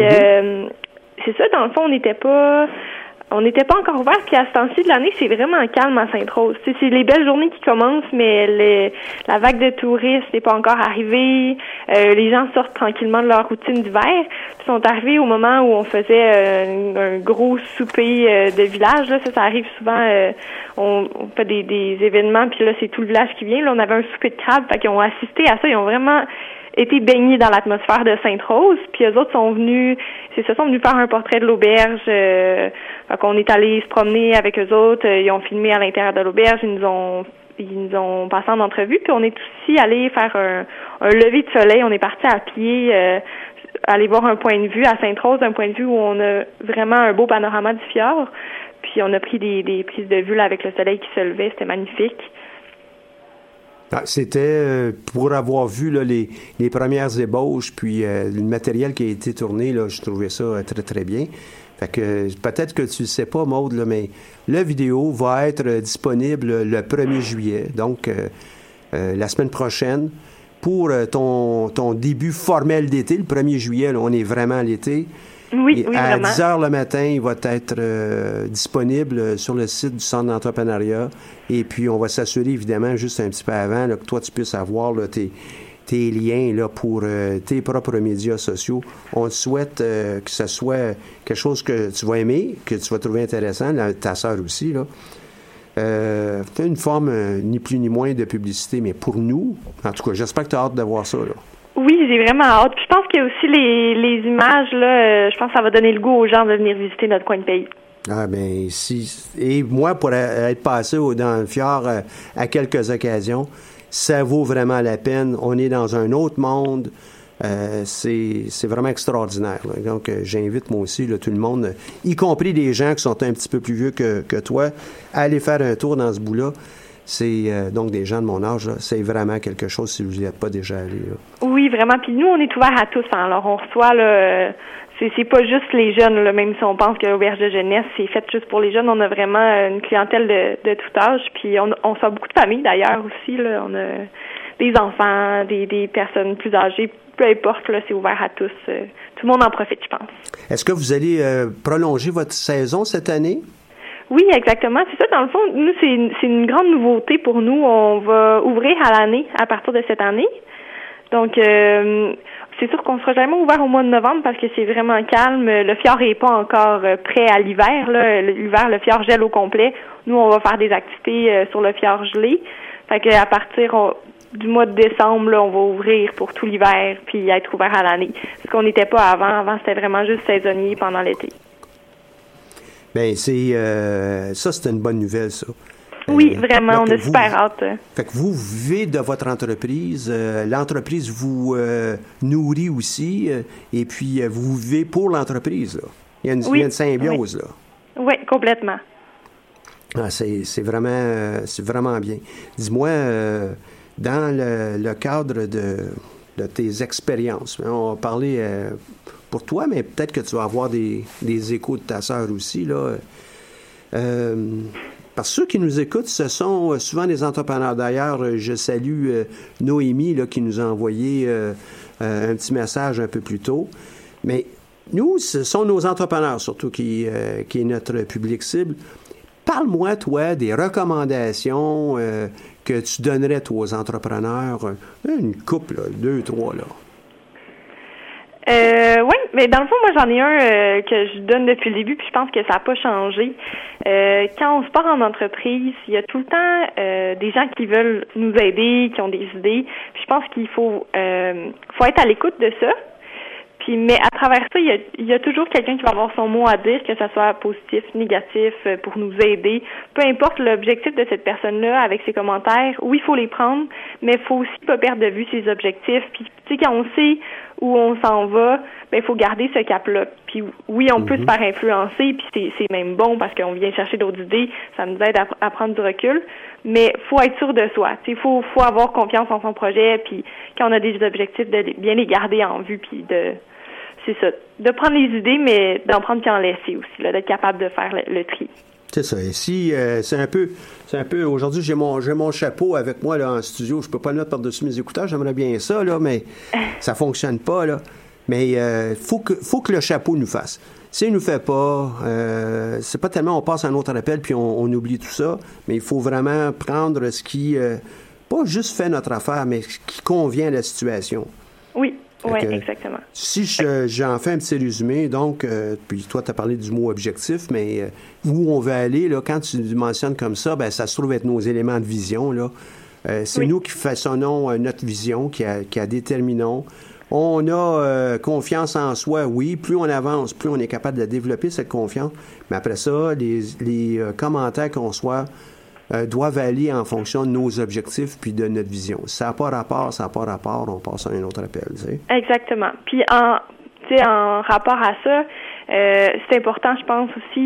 c'est ça, dans le fond, on n'était pas encore ouvert, puis à ce temps-ci de l'année, c'est vraiment calme à Sainte-Rose. T'sais, c'est les belles journées qui commencent, mais la vague de touristes n'est pas encore arrivée. Les gens sortent tranquillement de leur routine d'hiver. Ils sont arrivés au moment où on faisait un gros souper de village. Là, ça arrive souvent. On fait des événements, puis là, c'est tout le village qui vient. Là, on avait un souper de crabe, fait qu'ils ont assisté à ça. Ils ont vraiment été baignés dans l'atmosphère de Sainte-Rose, puis eux autres sont venus faire un portrait de l'auberge. Fait qu'on est allé se promener avec eux autres, ils ont filmé à l'intérieur de l'auberge, ils nous ont passé en entrevue, puis on est aussi allé faire un lever de soleil, on est parti à pied aller voir un point de vue à Sainte-Rose, un point de vue où on a vraiment un beau panorama du fjord. Puis on a pris des prises de vue là, avec le soleil qui se levait. C'était magnifique. C'était pour avoir vu là, les premières ébauches, puis le matériel qui a été tourné, là, je trouvais ça très, très bien. Fait que peut-être que tu ne sais pas, Maude, là, mais la vidéo va être disponible le 1er juillet, donc la semaine prochaine, pour ton début formel d'été. Le 1er juillet, là, on est vraiment à l'été. Oui, à vraiment. 10 heures le matin, il va être disponible sur le site du Centre d'entrepreneuriat. Et puis, on va s'assurer, évidemment, juste un petit peu avant, là, que toi, tu puisses avoir là, tes liens là, pour tes propres médias sociaux. On te souhaite que ce soit quelque chose que tu vas aimer, que tu vas trouver intéressant, là, ta sœur aussi, là. C'est une forme, ni plus ni moins, de publicité, mais pour nous, en tout cas, j'espère que tu as hâte de voir ça, là. Oui, j'ai vraiment hâte. Puis je pense qu'il y a aussi les images, là, je pense que ça va donner le goût aux gens de venir visiter notre coin de pays. Ah, bien, si. Et moi, pour être passé dans le fjord à quelques occasions, ça vaut vraiment la peine. On est dans un autre monde. C'est vraiment extraordinaire, là. Donc, j'invite moi aussi là, tout le monde, y compris des gens qui sont un petit peu plus vieux que toi, à aller faire un tour dans ce bout-là. C'est donc des gens de mon âge, là, c'est vraiment quelque chose si vous n'y êtes pas déjà allé. Là. Oui, vraiment. Puis nous, on est ouvert à tous. Hein. Alors, on reçoit, là, c'est pas juste les jeunes, là, même si on pense que l'auberge de jeunesse, c'est fait juste pour les jeunes. On a vraiment une clientèle de tout âge. Puis on reçoit beaucoup de familles, d'ailleurs, aussi. Là. On a des enfants, des personnes plus âgées. Peu importe, là, c'est ouvert à tous. Tout le monde en profite, je pense. Est-ce que vous allez prolonger votre saison cette année? Oui, exactement. C'est ça, dans le fond, nous, c'est une grande nouveauté pour nous. On va ouvrir à l'année, à partir de cette année. Donc, c'est sûr qu'on ne sera jamais ouvert au mois de novembre parce que c'est vraiment calme. Le fjord n'est pas encore prêt à l'hiver. Là. L'hiver, le fjord gèle au complet. Nous, on va faire des activités sur le fjord gelé. Fait que à partir du mois de décembre, là, on va ouvrir pour tout l'hiver puis être ouvert à l'année. Ce qu'on n'était pas avant. Avant, c'était vraiment juste saisonnier pendant l'été. Bien, ça, c'est une bonne nouvelle, ça. Oui, vraiment, on a super hâte. Fait que vous vivez de votre entreprise, l'entreprise vous nourrit aussi, et puis vous vivez pour l'entreprise, là. Il y a une symbiose, là. Oui, complètement. Ah, c'est vraiment bien. Dis-moi, dans le cadre de tes expériences, on va parler pour toi, mais peut-être que tu vas avoir des échos de ta sœur aussi, là. Parce que ceux qui nous écoutent, ce sont souvent des entrepreneurs. D'ailleurs, je salue Noémie, là, qui nous a envoyé un petit message un peu plus tôt. Mais nous, ce sont nos entrepreneurs, surtout, qui est notre public cible. Parle-moi, toi, des recommandations que tu donnerais, toi, aux entrepreneurs. Une couple, là, 2, 3, là. Oui, mais dans le fond, moi, j'en ai un que je donne depuis le début, puis je pense que ça n'a pas changé. Quand on se part en entreprise, il y a tout le temps des gens qui veulent nous aider, qui ont des idées. Puis je pense qu'il faut être à l'écoute de ça. Puis, mais à travers ça, il y a toujours quelqu'un qui va avoir son mot à dire, que ça soit positif, négatif, pour nous aider. Peu importe l'objectif de cette personne-là avec ses commentaires, oui, il faut les prendre, mais il faut aussi pas perdre de vue ses objectifs. Puis, tu sais, quand on sait où on s'en va, ben il faut garder ce cap-là. Puis oui, on peut se faire influencer, puis c'est même bon parce qu'on vient chercher d'autres idées, ça nous aide à prendre du recul, mais faut être sûr de soi. Il faut avoir confiance en son projet, puis quand on a des objectifs, de bien les garder en vue, puis c'est ça, de prendre les idées, mais d'en prendre puis en laisser aussi, là, d'être capable de faire le tri. C'est ça. Et si c'est un peu. Aujourd'hui, j'ai mon chapeau avec moi là en studio. Je peux pas le mettre par-dessus mes écouteurs. J'aimerais bien ça là, mais ça fonctionne pas là. Mais faut que le chapeau nous fasse. S'il nous fait pas, c'est pas tellement on passe à un autre appel puis on oublie tout ça. Mais il faut vraiment prendre ce qui pas juste fait notre affaire, mais ce qui convient à la situation. Oui. Oui, exactement. Si j'en fais un petit résumé, donc, puis toi, tu as parlé du mot objectif, mais où on veut aller, là, quand tu mentionnes comme ça, ben ça se trouve être nos éléments de vision, là. C'est nous qui façonnons notre vision, qui a déterminons. On a confiance en soi, oui. Plus on avance, plus on est capable de développer cette confiance. Mais après ça, les commentaires qu'on reçoit doivent aller en fonction de nos objectifs puis de notre vision. Si ça n'a pas rapport, on passe à un autre appel. Tu sais. Exactement. Puis en rapport à ça, c'est important, je pense aussi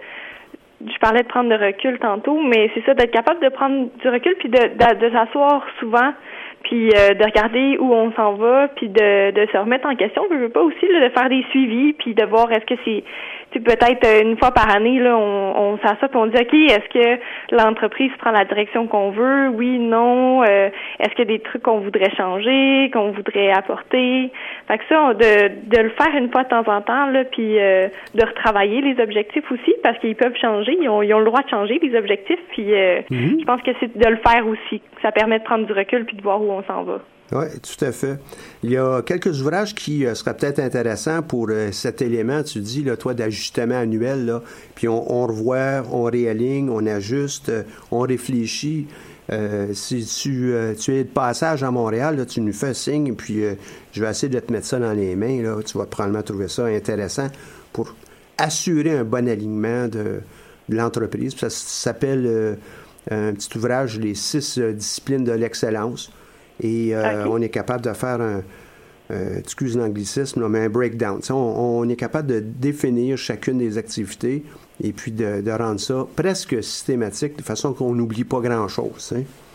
je parlais de prendre de recul tantôt, mais c'est ça, d'être capable de prendre du recul puis de s'asseoir souvent, puis de regarder où on s'en va, puis de se remettre en question. Je veux pas aussi là, de faire des suivis, puis de voir est-ce que c'est peut-être une fois par année là, on s'assoit puis on dit ok, est-ce que l'entreprise prend la direction qu'on veut? Oui, non. Est-ce qu'il y a des trucs qu'on voudrait changer, qu'on voudrait apporter? Fait que ça, de le faire une fois de temps en temps là, puis de retravailler les objectifs aussi parce qu'ils peuvent changer. Ils ont le droit de changer les objectifs. Puis je pense que c'est de le faire aussi. Ça permet de prendre du recul puis de voir où on s'en va. Oui, tout à fait. Il y a quelques ouvrages qui seraient peut-être intéressants pour cet élément, tu dis, là, toi, d'ajustement annuel, là, puis on revoit, on réaligne, on ajuste, on réfléchit. Si tu es de passage à Montréal, là, tu nous fais signe, puis je vais essayer de te mettre ça dans les mains. Là, tu vas probablement trouver ça intéressant pour assurer un bon alignement de l'entreprise. Ça s'appelle un petit ouvrage, les 6 disciplines de l'excellence. Et on est capable de faire excuse l'anglicisme, mais un breakdown. On est capable de définir chacune des activités et puis de rendre ça presque systématique, de façon qu'on n'oublie pas grand-chose.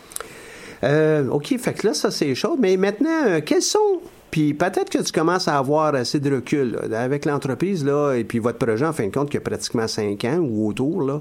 OK, fait que là, ça, c'est chaud. Mais maintenant, quels sont... Puis peut-être que tu commences à avoir assez de recul là, avec l'entreprise, là, et puis votre projet, en fin de compte, qui a pratiquement 5 ans ou autour, là,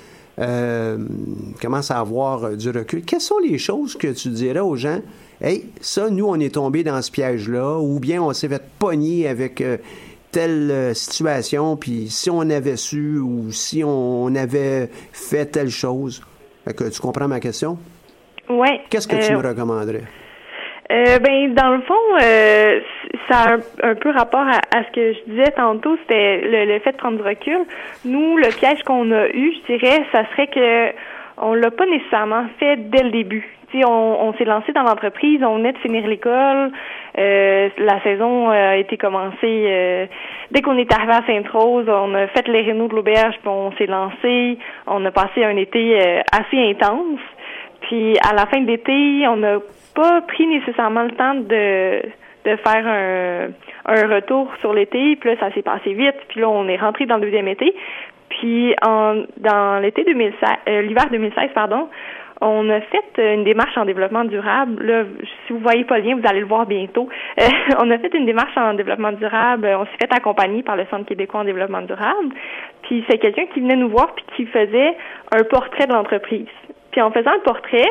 commence à avoir du recul. Quelles sont les choses que tu dirais aux gens? Hey, ça, nous, on est tombé dans ce piège-là, ou bien on s'est fait pogner avec telle situation, puis si on avait su, ou si on avait fait telle chose. Fait que tu comprends ma question? Oui. Qu'est-ce que tu me recommanderais? Dans le fond, ça a un peu rapport à ce que je disais tantôt, c'était le fait de prendre du recul. Nous, le piège qu'on a eu, je dirais, ça serait que on l'a pas nécessairement fait dès le début. On s'est lancé dans l'entreprise, on venait de finir l'école, la saison a été commencée dès qu'on est arrivé à Sainte-Rose, on a fait les rénaux de l'auberge, puis on s'est lancé, on a passé un été assez intense. Puis à la fin de l'été, on n'a pas pris nécessairement le temps de faire un retour sur l'été, puis là ça s'est passé vite, puis là on est rentré dans le deuxième été. Puis dans l'hiver 2016, on a fait une démarche en développement durable. Là, si vous voyez pas le lien, vous allez le voir bientôt. On a fait une démarche en développement durable. On s'est fait accompagner par le Centre québécois en développement durable. Puis c'est quelqu'un qui venait nous voir puis qui faisait un portrait de l'entreprise. Puis en faisant le portrait,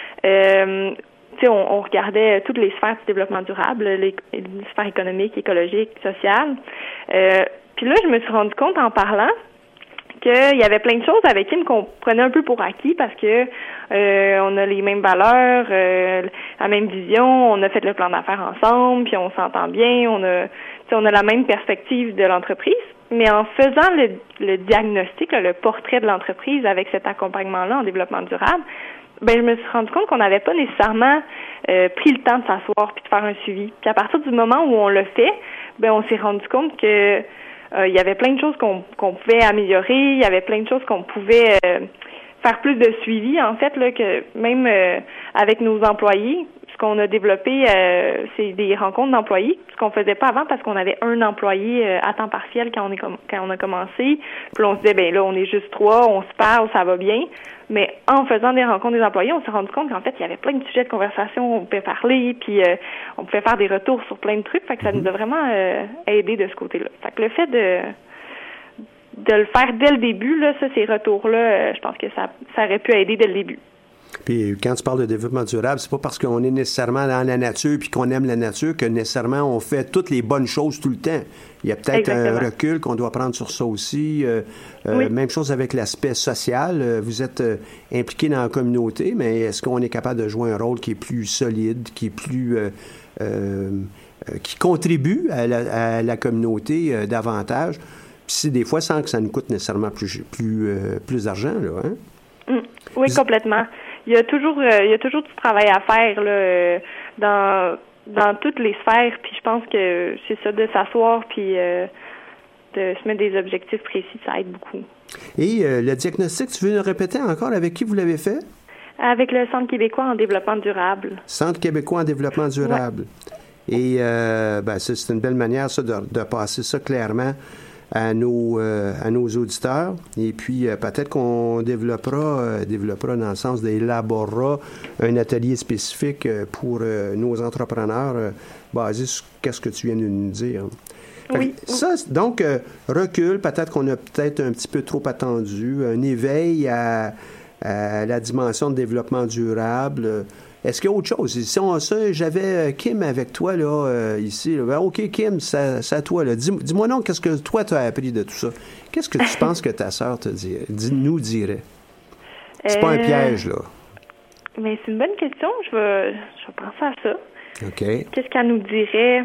on regardait toutes les sphères du développement durable, les sphères économiques, écologiques, sociales. Puis là, je me suis rendu compte en parlant qu'il y avait plein de choses avec Kim qu'on prenait un peu pour acquis parce que on a les mêmes valeurs, la même vision, on a fait le plan d'affaires ensemble, puis on s'entend bien, on a la même perspective de l'entreprise. Mais en faisant le diagnostic, le portrait de l'entreprise avec cet accompagnement-là en développement durable, je me suis rendu compte qu'on n'avait pas nécessairement pris le temps de s'asseoir puis de faire un suivi. Puis à partir du moment où on l'a fait, on s'est rendu compte que il y avait plein de choses qu'on pouvait améliorer, il y avait plein de choses qu'on pouvait faire plus de suivi, en fait, là, que même avec nos employés, ce qu'on a développé, c'est des rencontres d'employés, ce qu'on faisait pas avant parce qu'on avait un employé à temps partiel quand on a commencé. Puis on se disait, là, on est juste 3, on se parle, ça va bien. Mais en faisant des rencontres des employés, on s'est rendu compte qu'en fait, il y avait plein de sujets de conversation, on pouvait parler, puis on pouvait faire des retours sur plein de trucs. Fait que ça nous a vraiment aidé de ce côté-là. Fait que le fait de le faire dès le début, là, ces retours-là, je pense que ça aurait pu aider dès le début. Puis quand tu parles de développement durable, c'est pas parce qu'on est nécessairement dans la nature puis qu'on aime la nature que nécessairement on fait toutes les bonnes choses tout le temps. Il y a peut-être un recul qu'on doit prendre sur ça aussi. Oui. Même chose avec l'aspect social. Vous êtes impliqué dans la communauté, mais est-ce qu'on est capable de jouer un rôle qui est plus solide, qui est plus qui contribue à la communauté davantage? Puis c'est des fois sans que ça nous coûte nécessairement plus d'argent, là, hein? Oui, complètement. Il y a toujours du travail à faire là, dans toutes les sphères. Puis je pense que c'est ça, de s'asseoir puis de se mettre des objectifs précis, ça aide beaucoup. Et le diagnostic, tu veux nous répéter encore avec qui vous l'avez fait? Avec le Centre québécois en développement durable. Centre québécois en développement durable. Et c'est une belle manière, ça, de passer ça clairement à nos auditeurs. Et puis, peut-être qu'on développera dans le sens d'élaborer un atelier spécifique pour nos entrepreneurs basé sur ce que tu viens de nous dire. Oui. Ça, donc, recul, peut-être qu'on a peut-être un petit peu trop attendu, un éveil à la dimension de développement durable. Est-ce qu'il y a autre chose? J'avais Kim avec toi, là, ici. Là. OK, Kim, c'est à toi. Là. Dis-moi donc, qu'est-ce que toi, tu as appris de tout ça? Qu'est-ce que tu penses que ta sœur nous dirait? C'est pas un piège, là. Mais c'est une bonne question. Je vais penser à ça. OK. Qu'est-ce qu'elle nous dirait?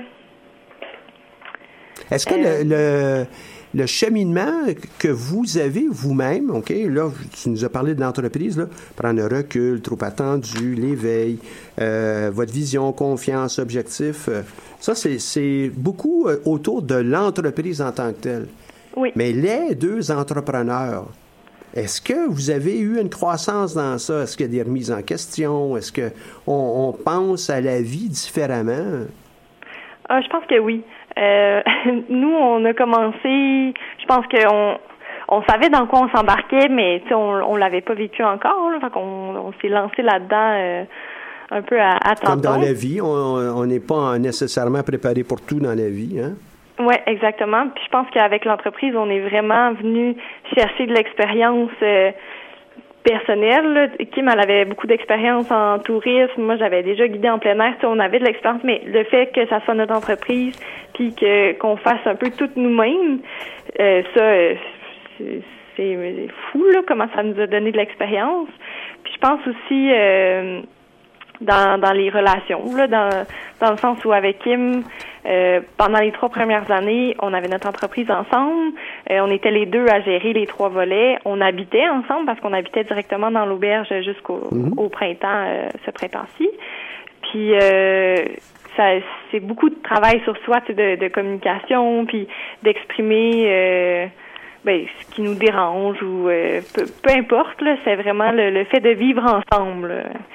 Est-ce que le cheminement que vous avez vous-même, OK, là, tu nous as parlé de l'entreprise, là, prendre le recul, trop attendu, l'éveil, votre vision, confiance, objectif, ça, c'est beaucoup autour de l'entreprise en tant que telle. Oui. Mais les deux entrepreneurs, est-ce que vous avez eu une croissance dans ça? Est-ce qu'il y a des remises en question? Est-ce qu'on pense à la vie différemment? Je pense que oui. Nous, on a commencé, je pense qu'on savait dans quoi on s'embarquait, mais on l'avait pas vécu encore. Là, fait qu'on s'est lancé là-dedans un peu à tâtons. Comme dans la vie, on n'est pas nécessairement préparé pour tout dans la vie, hein? Oui, exactement. Puis je pense qu'avec l'entreprise, on est vraiment venu chercher de l'expérience personnelle. Là. Kim, elle avait beaucoup d'expérience en tourisme. Moi, j'avais déjà guidé en plein air. On avait de l'expérience, mais le fait que ça soit notre entreprise puis qu'on fasse un peu tout nous-mêmes, c'est fou, là, comment ça nous a donné de l'expérience. Puis je pense aussi dans les relations, là, dans le sens où avec Kim, pendant les 3 premières années, on avait notre entreprise ensemble. On était les deux à gérer les 3 volets. On habitait ensemble parce qu'on habitait directement dans l'auberge jusqu'au printemps, ce printemps-ci. Puis c'est beaucoup de travail sur soi, de communication, puis d'exprimer ce qui nous dérange ou peu importe. Là, c'est vraiment le fait de vivre ensemble.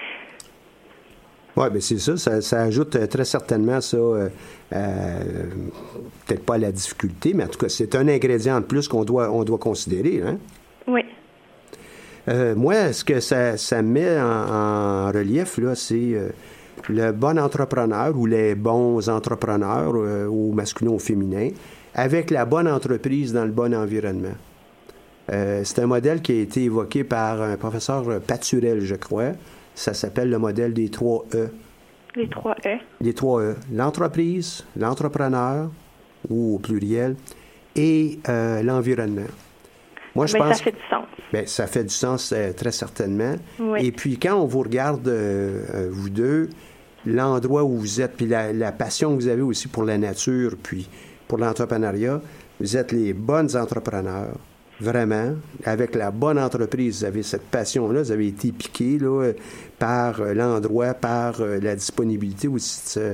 Oui, bien c'est ça ajoute très certainement ça, peut-être pas à la difficulté, mais en tout cas, c'est un ingrédient de plus qu'on doit considérer, hein? Oui. Moi, ce que ça met en relief, là, c'est le bon entrepreneur ou les bons entrepreneurs, au masculin ou au féminin, avec la bonne entreprise dans le bon environnement. C'est un modèle qui a été évoqué par un professeur Paturel, je crois. Ça s'appelle le modèle des 3 E. Les 3 E. Les 3 E. L'entreprise, l'entrepreneur, ou au pluriel, et l'environnement. Moi, je pense. Ça fait du sens. Bien, ça fait du sens, très certainement. Oui. Et puis, quand on vous regarde, vous deux, l'endroit où vous êtes, puis la passion que vous avez aussi pour la nature, puis pour l'entrepreneuriat, vous êtes les bonnes entrepreneurs. Vraiment, avec la bonne entreprise, vous avez cette passion-là, vous avez été piqué là, par l'endroit, par la disponibilité aussi de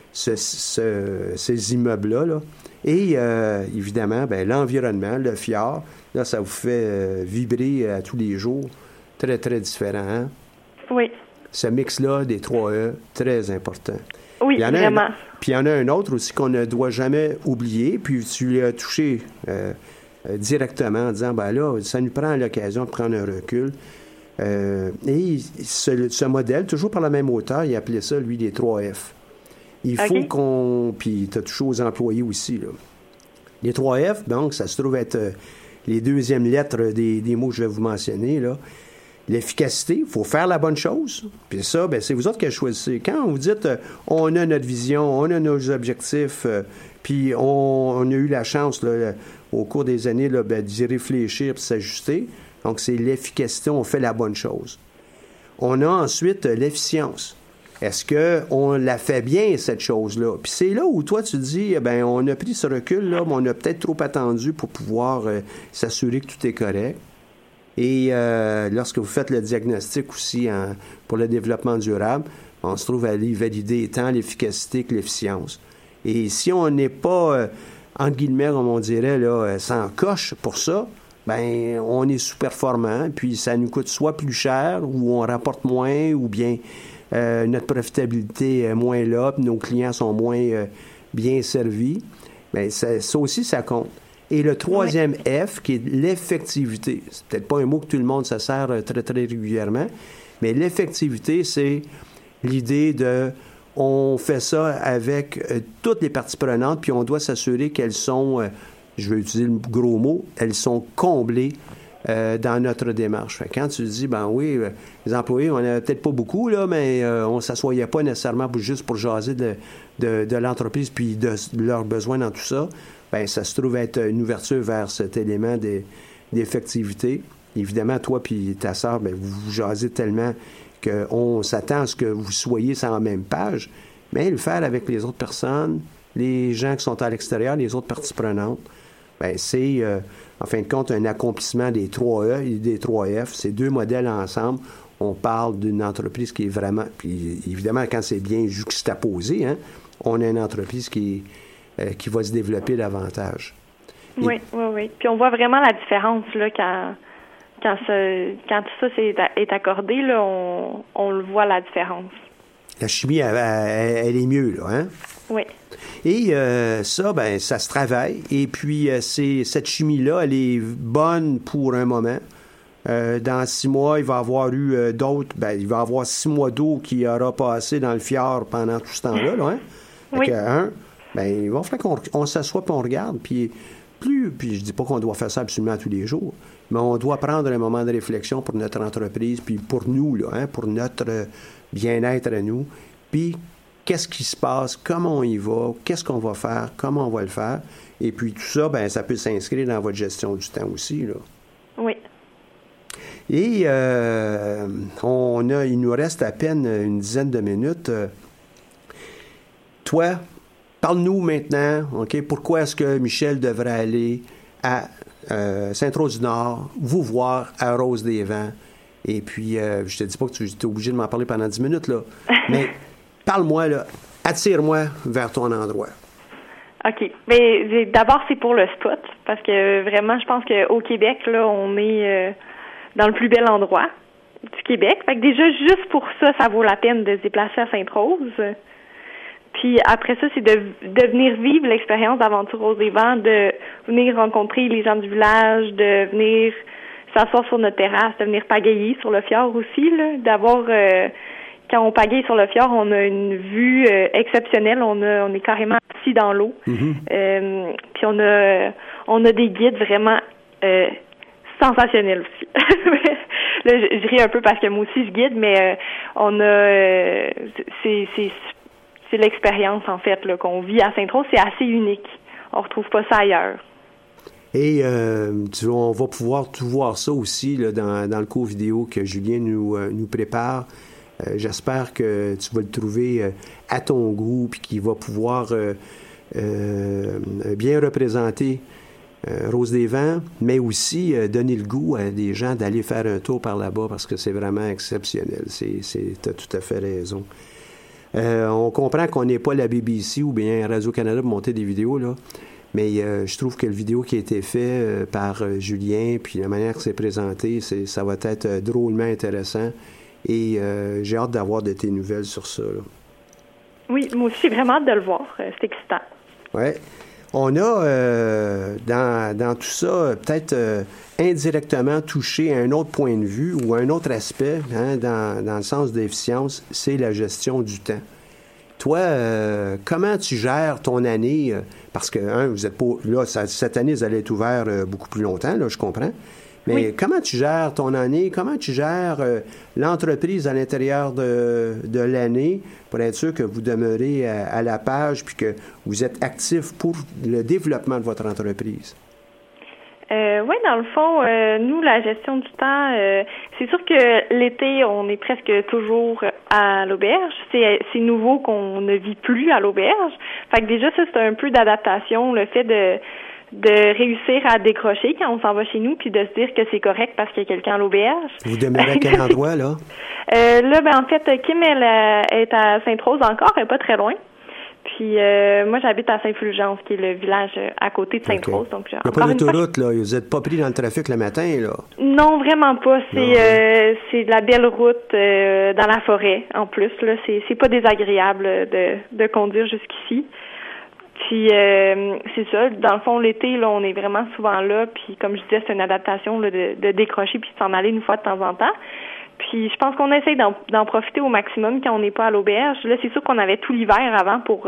ces immeubles-là. Là. Et évidemment, l'environnement, le fjord, là, ça vous fait vibrer à tous les jours. Très, très différent. Hein? Oui. Ce mix-là des 3 E, très important. Oui, vraiment. Puis il y en a un autre aussi qu'on ne doit jamais oublier, puis tu lui as touché directement en disant, là, ça nous prend l'occasion de prendre un recul. Et ce modèle, toujours par la même auteur, il appelait ça, lui, les 3 F. Il faut qu'on... Puis tu as touché aux employés aussi, là. Les 3 F, donc, ça se trouve être les deuxièmes lettres des mots que je vais vous mentionner, là. L'efficacité, il faut faire la bonne chose. Puis ça, c'est vous autres qui choisissez. Quand vous dites, on a notre vision, on a nos objectifs, puis on a eu la chance, là, au cours des années, là, d'y réfléchir et de s'ajuster. Donc, c'est l'efficacité, on fait la bonne chose. On a ensuite l'efficience. Est-ce qu'on la fait bien, cette chose-là? Puis c'est là où toi, tu dis, on a pris ce recul-là, mais on a peut-être trop attendu pour pouvoir s'assurer que tout est correct. Et lorsque vous faites le diagnostic aussi pour le développement durable, on se trouve à aller valider tant l'efficacité que l'efficience. Et si on n'est pas, entre guillemets, comme on dirait, là, sans coche pour ça, on est sous-performant, puis ça nous coûte soit plus cher, ou on rapporte moins, ou bien notre profitabilité est moins là, puis nos clients sont moins bien servis, bien, ça aussi, ça compte. Et le troisième F, qui est l'effectivité. C'est peut-être pas un mot que tout le monde se sert très, très régulièrement, mais l'effectivité, c'est l'idée de... On fait ça avec toutes les parties prenantes, puis on doit s'assurer qu'elles sont, je vais utiliser le gros mot, elles sont comblées dans notre démarche. Fait que quand tu dis, ben oui, les employés, on n'en a peut-être pas beaucoup, là, mais on ne s'assoyait pas nécessairement juste pour jaser de l'entreprise puis de leurs besoins dans tout ça, ben ça se trouve être une ouverture vers cet élément d'effectivité. Évidemment, toi puis ta sœur, ben vous jasez tellement qu'on s'attend à ce que vous soyez sur la même page, mais le faire avec les autres personnes, les gens qui sont à l'extérieur, les autres parties prenantes, ben c'est, en fin de compte, un accomplissement des 3 E et des 3 F. Ces deux modèles ensemble, on parle d'une entreprise qui est vraiment... Puis évidemment, quand c'est bien juxtaposé, hein, on a une entreprise qui va se développer davantage. Oui. Puis on voit vraiment la différence là, quand tout ça est accordé, là, on le voit, la différence. La chimie, elle est mieux, là, hein? Oui. Et ça, ben, ça se travaille. Et puis, cette chimie-là, elle est bonne pour un moment. Dans 6 mois, il va y avoir eu d'autres... Ben, il va y avoir 6 mois d'eau qui aura passé dans le fjord pendant tout ce temps-là, là, hein? Oui. Fait que, ben, il va falloir qu'on s'assoie et on regarde. Puis je dis pas qu'on doit faire ça absolument tous les jours, mais on doit prendre un moment de réflexion pour notre entreprise, puis pour nous, là, hein, pour notre bien-être à nous. Puis, qu'est-ce qui se passe, comment on y va, qu'est-ce qu'on va faire, comment on va le faire. Et puis, tout ça, ben, ça peut s'inscrire dans votre gestion du temps aussi, là. Oui. Et il nous reste à peine une dizaine de minutes. Toi, parle-nous maintenant, OK, pourquoi est-ce que Michel devrait aller à Sainte-Rose-du-Nord, vous voir à Rose-des-Vents? Et puis, je te dis pas que tu es obligé de m'en parler pendant 10 minutes, là, mais parle-moi, là, attire-moi vers ton endroit. OK. Mais d'abord, c'est pour le spot, parce que vraiment, je pense qu'au Québec, là, on est dans le plus bel endroit du Québec. Fait que déjà, juste pour ça, ça vaut la peine de se déplacer à Sainte-Rose. Puis après ça, c'est de venir vivre l'expérience d'Aventure Rose-des-Vents, de venir rencontrer les gens du village, de venir s'asseoir sur notre terrasse, de venir pagayer sur le fjord aussi, là, d'avoir... quand on pagaye sur le fjord, on a une vue exceptionnelle. On est carrément assis dans l'eau. Mm-hmm. Puis on a des guides vraiment sensationnels aussi. Là, je ris un peu parce que moi aussi je guide, mais on a c'est l'expérience en fait là, qu'on vit à Sainte-Rose, c'est assez unique. On retrouve pas ça ailleurs. Et on va pouvoir tout voir ça aussi là, dans le cours vidéo que Julien nous prépare. J'espère que tu vas le trouver à ton goût puis qu'il va pouvoir bien représenter Rose-des-Vents, mais aussi donner le goût à des gens d'aller faire un tour par là-bas parce que c'est vraiment exceptionnel. Tu as tout à fait raison. On comprend qu'on n'est pas la BBC ou bien Radio-Canada pour monter des vidéos, là, mais je trouve que le vidéo qui a été fait par Julien puis la manière que c'est présenté, ça va être drôlement intéressant. Et j'ai hâte d'avoir de tes nouvelles sur ça, là. Oui, moi aussi, j'ai vraiment hâte de le voir. C'est excitant. Oui. On a, dans tout ça, peut-être indirectement touché à un autre point de vue ou un autre aspect, hein, dans le sens de l'efficience, c'est la gestion du temps. Toi, comment tu gères ton année? Parce que, vous êtes pas... Là, cette année, vous allez être ouvert beaucoup plus longtemps, là, je comprends. Mais oui. Comment tu gères ton année? Comment tu gères l'entreprise à l'intérieur de l'année pour être sûr que vous demeurez à la page puis que vous êtes actif pour le développement de votre entreprise? Oui, dans le fond, nous, la gestion du temps, c'est sûr que l'été, on est presque toujours à l'auberge. C'est nouveau qu'on ne vit plus à l'auberge. Fait que déjà, ça, c'est un peu d'adaptation, le fait de réussir à décrocher quand on s'en va chez nous, puis de se dire que c'est correct parce qu'il y a quelqu'un à l'auberge. Vous demeurez à quel endroit, là? Là, en fait, Kim, elle est à Sainte-Rose encore, elle n'est pas très loin. Puis Puis moi, j'habite à Saint-Fulgence, qui est le village à côté de Sainte-Rose. Donc, il n'y a pas d'autoroute, là. Vous n'êtes pas pris dans le trafic le matin, là? Non, vraiment pas. C'est de la belle route dans la forêt, en plus. Là, c'est pas désagréable de conduire jusqu'ici. Puis c'est ça. Dans le fond, l'été, là, on est vraiment souvent là. Puis comme je disais, c'est une adaptation là, de décrocher puis de s'en aller une fois de temps en temps. Puis je pense qu'on essaye d'en profiter au maximum quand on n'est pas à l'auberge. Là, c'est sûr qu'on avait tout l'hiver avant pour...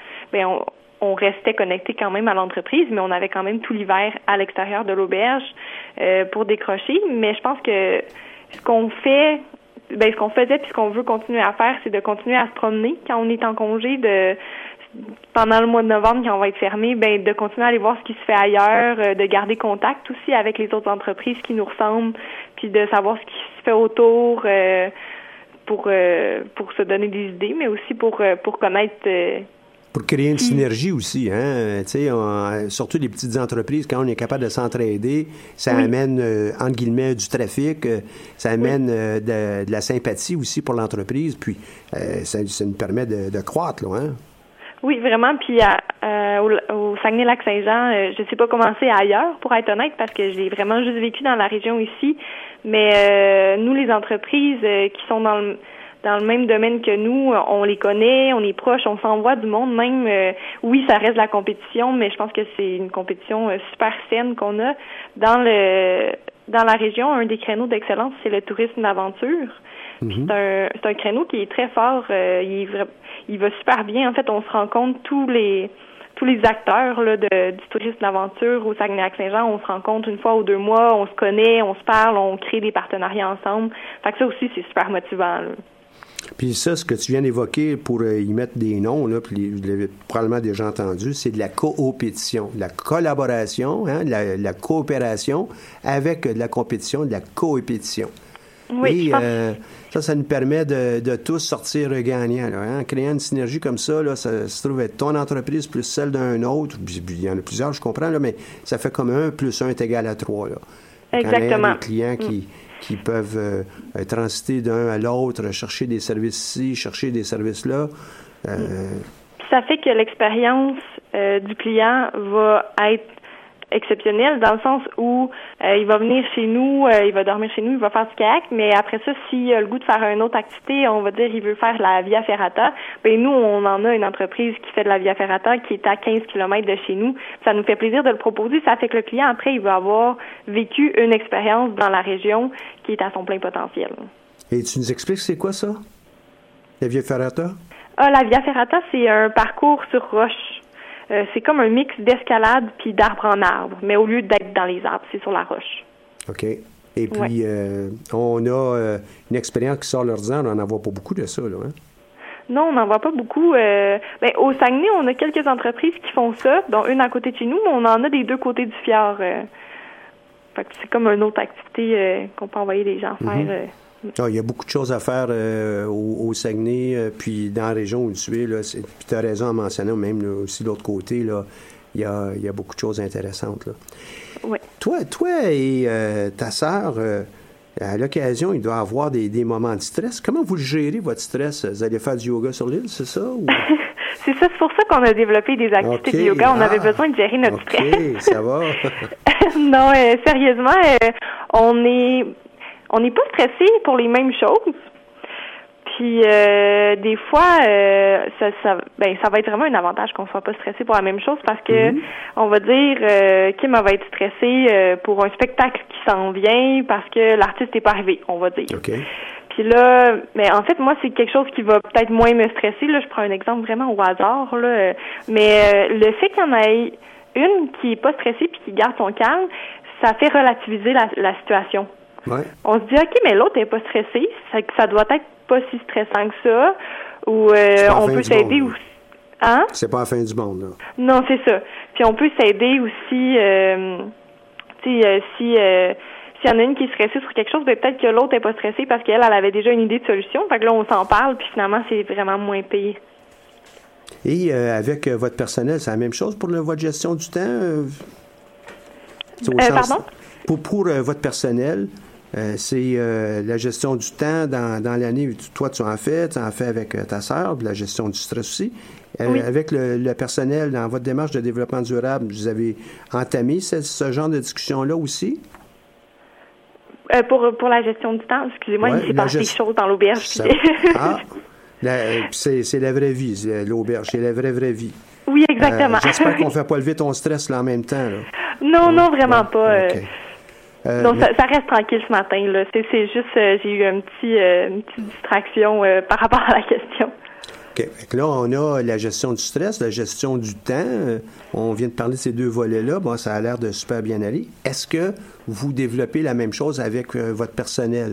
on restait connecté quand même à l'entreprise, mais on avait quand même tout l'hiver à l'extérieur de l'auberge pour décrocher. Mais je pense que ce qu'on faisait puis ce qu'on veut continuer à faire, c'est de continuer à se promener quand on est en congé, pendant le mois de novembre, quand on va être fermé, de continuer à aller voir ce qui se fait ailleurs, de garder contact aussi avec les autres entreprises qui nous ressemblent, puis de savoir ce qui se fait autour pour se donner des idées, mais aussi pour connaître... pour créer une synergie aussi, hein. Tu sais, surtout les petites entreprises, quand on est capable de s'entraider, ça amène, entre guillemets, du trafic, ça amène de la sympathie aussi pour l'entreprise, puis ça nous permet de croître, là, hein. Oui, vraiment. Puis au Saguenay-Lac-Saint-Jean, je sais pas comment c'est ailleurs, pour être honnête, parce que j'ai vraiment juste vécu dans la région ici. Mais nous, les entreprises qui sont dans le même domaine que nous, on les connaît, on est proches, on s'envoie du monde même. Oui, ça reste de la compétition, mais je pense que c'est une compétition super saine qu'on a dans la région. Un des créneaux d'excellence, c'est le tourisme d'aventure. Mm-hmm. C'est un créneau qui est très fort. Il va super bien. En fait, on se rend compte tous les acteurs là, du tourisme d'aventure au Saguenay-Lac-Saint-Jean, on se rencontre une fois ou 2 mois, on se connaît, on se parle, on crée des partenariats ensemble. Fait que ça aussi, c'est super motivant, là. Puis ça, ce que tu viens d'évoquer, pour y mettre des noms, là, puis vous l'avez probablement déjà entendu, c'est de la coopétition, de la collaboration, hein, de la coopération avec de la compétition, de la coopétition. Oui, et ça nous permet de tous sortir gagnants. Là, hein? En créant une synergie comme ça, là, ça se trouve être ton entreprise plus celle d'un autre. Il y en a plusieurs, je comprends, là, mais ça fait comme 1 + 1 est égal à 3. Là. Exactement. Quand il y a des clients qui peuvent transiter d'un à l'autre, chercher des services ici, chercher des services là. Ça fait que l'expérience du client va être exceptionnel dans le sens où il va venir chez nous, il va dormir chez nous, il va faire du kayak, mais après ça, s'il a le goût de faire une autre activité, on va dire il veut faire la Via Ferrata, nous, on en a une entreprise qui fait de la Via Ferrata qui est à 15 km de chez nous. Ça nous fait plaisir de le proposer. Ça fait que le client, après, il va avoir vécu une expérience dans la région qui est à son plein potentiel. Et tu nous expliques c'est quoi ça, la Via Ferrata? La Via Ferrata, c'est un parcours sur roche. C'est comme un mix d'escalade puis d'arbre en arbre, mais au lieu d'être dans les arbres, c'est sur la roche. OK. Et puis, on a une expérience qui sort l'ordinaire, on n'en voit pas beaucoup de ça, là, hein? Non, on n'en voit pas beaucoup. Au Saguenay, on a quelques entreprises qui font ça, dont une à côté de chez nous, mais on en a des 2 côtés du fjord. Fait que c'est comme une autre activité qu'on peut envoyer les gens faire. Il y a beaucoup de choses à faire au Saguenay, puis dans la région où tu es. Puis tu as raison à mentionner, même là, aussi de l'autre côté, là, il y a beaucoup de choses intéressantes. Là. Oui. Toi et ta sœur, à l'occasion, il doit y avoir des moments de stress. Comment vous gérez votre stress? Vous allez faire du yoga sur l'île, c'est ça? Ou... c'est ça, c'est pour ça qu'on a développé des activités de yoga. On avait besoin de gérer notre stress. OK, ça va. Non, sérieusement, on n'est pas stressé pour les mêmes choses. Puis des fois, ça va être vraiment un avantage qu'on soit pas stressé pour la même chose parce que on va dire Kim va être stressée pour un spectacle qui s'en vient parce que l'artiste n'est pas arrivé, on va dire. Okay. Puis là, mais en fait, moi, c'est quelque chose qui va peut-être moins me stresser. Là, je prends un exemple vraiment au hasard. Là, mais le fait qu'il y en ait une qui est pas stressée puis qui garde son calme, ça fait relativiser la situation. Ouais. On se dit, OK, mais l'autre n'est pas stressé, ça doit être pas si stressant que ça, ou on peut s'aider aussi. Hein? C'est pas la fin du monde, là. Non, c'est ça. Puis on peut s'aider aussi, s'il y en a une qui est stressée sur quelque chose, peut-être que l'autre n'est pas stressée parce qu'elle avait déjà une idée de solution. Fait que là, on s'en parle, puis finalement, c'est vraiment moins payé. Et avec votre personnel, c'est la même chose pour votre gestion du temps? Pardon? Pour votre personnel, C'est la gestion du temps dans l'année. Toi, tu en fais avec ta sœur, la gestion du stress aussi. Oui. Avec le personnel, dans votre démarche de développement durable, vous avez entamé ce genre de discussion-là aussi? Pour la gestion du temps, excusez-moi, il s'est passé quelque chose dans l'auberge. C'est la vraie vie, l'auberge, c'est la vraie vie. Oui, exactement. J'espère qu'on ne fait pas lever ton stress là, en même temps. Là. Non, vraiment pas. Okay. Donc, ça reste tranquille ce matin. Là. C'est juste, j'ai eu une petite distraction par rapport à la question. OK. Là, on a la gestion du stress, la gestion du temps. On vient de parler de ces deux volets-là. Bon, ça a l'air de super bien aller. Est-ce que vous développez la même chose avec votre personnel?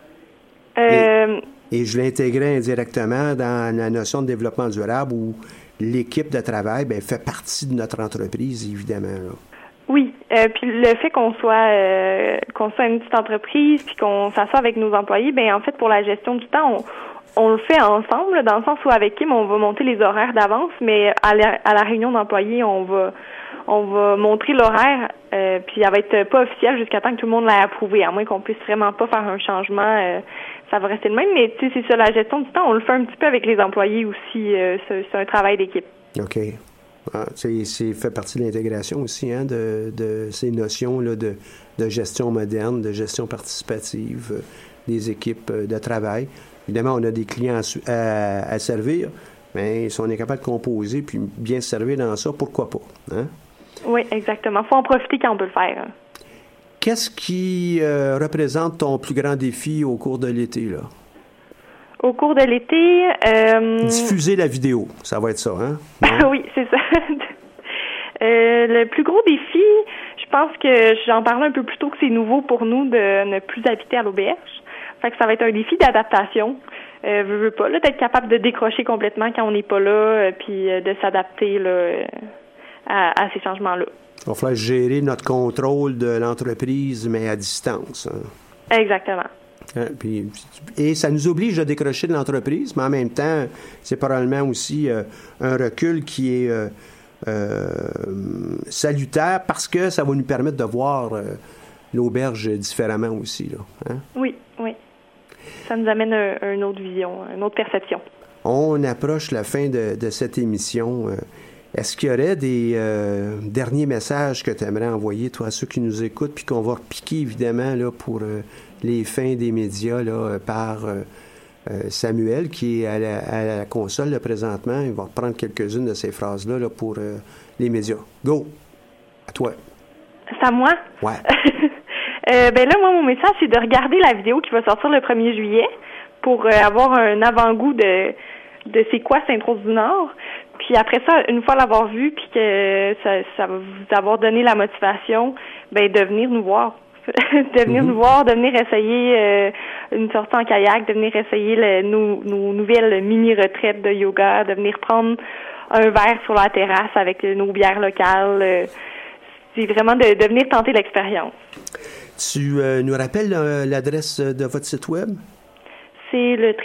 Et je l'intégrais indirectement dans la notion de développement durable où l'équipe de travail fait partie de notre entreprise, évidemment. Là. Oui, puis le fait qu'on soit une petite entreprise puis qu'on s'assoit avec nos employés, en fait, pour la gestion du temps, on le fait ensemble, dans le sens où avec Kim, on va monter les horaires d'avance, mais à la réunion d'employés, on va montrer l'horaire, puis elle va être pas officielle jusqu'à temps que tout le monde l'ait approuvé, à moins qu'on puisse vraiment pas faire un changement, ça va rester le même, mais tu sais, c'est ça, la gestion du temps, on le fait un petit peu avec les employés aussi, c'est un travail d'équipe. OK. C'est fait partie de l'intégration aussi, hein, de ces notions là, de gestion moderne, de gestion participative, des équipes de travail. Évidemment, on a des clients à servir, mais si on est capable de composer puis bien se servir dans ça, pourquoi pas? Hein? Oui, exactement. Il faut en profiter quand on peut le faire. Hein. Qu'est-ce qui représente ton plus grand défi au cours de l'été, là? Au cours de l'été... Diffuser la vidéo, ça va être ça, hein? Oui, c'est ça. Le plus gros défi, je pense que j'en parlais un peu plus tôt que c'est nouveau pour nous de ne plus habiter à l'auberge. Fait que ça va être un défi d'adaptation. Veux pas, là, d'être capable de décrocher complètement quand on n'est pas là, puis de s'adapter là, à ces changements-là. Il va falloir gérer notre contrôle de l'entreprise, mais à distance. Hein? Exactement. Et ça nous oblige à décrocher de l'entreprise, mais en même temps, c'est probablement aussi un recul qui est salutaire parce que ça va nous permettre de voir l'auberge différemment aussi. Là, hein? Oui. Ça nous amène une autre vision, une autre perception. On approche la fin de cette émission. Est-ce qu'il y aurait des derniers messages que tu aimerais envoyer, toi, à ceux qui nous écoutent, puis qu'on va repiquer, évidemment, là, pour les fins des médias là, par Samuel, qui est à la console là, présentement. Il va reprendre quelques-unes de ces phrases-là là, pour les médias. Go! À toi. C'est à moi? Ouais. Là, moi, mon message, c'est de regarder la vidéo qui va sortir le 1er juillet pour avoir un avant-goût de c'est quoi Sainte-Rose-du-Nord. Puis après ça, une fois l'avoir vu, puis que ça va vous avoir donné la motivation, de venir nous voir. De venir nous voir, de venir essayer une sortie en kayak, de venir essayer nos nouvelles mini-retraites de yoga, de venir prendre un verre sur la terrasse avec nos bières locales. C'est vraiment de venir tenter l'expérience. Tu nous rappelles l'adresse de votre site web? C'est le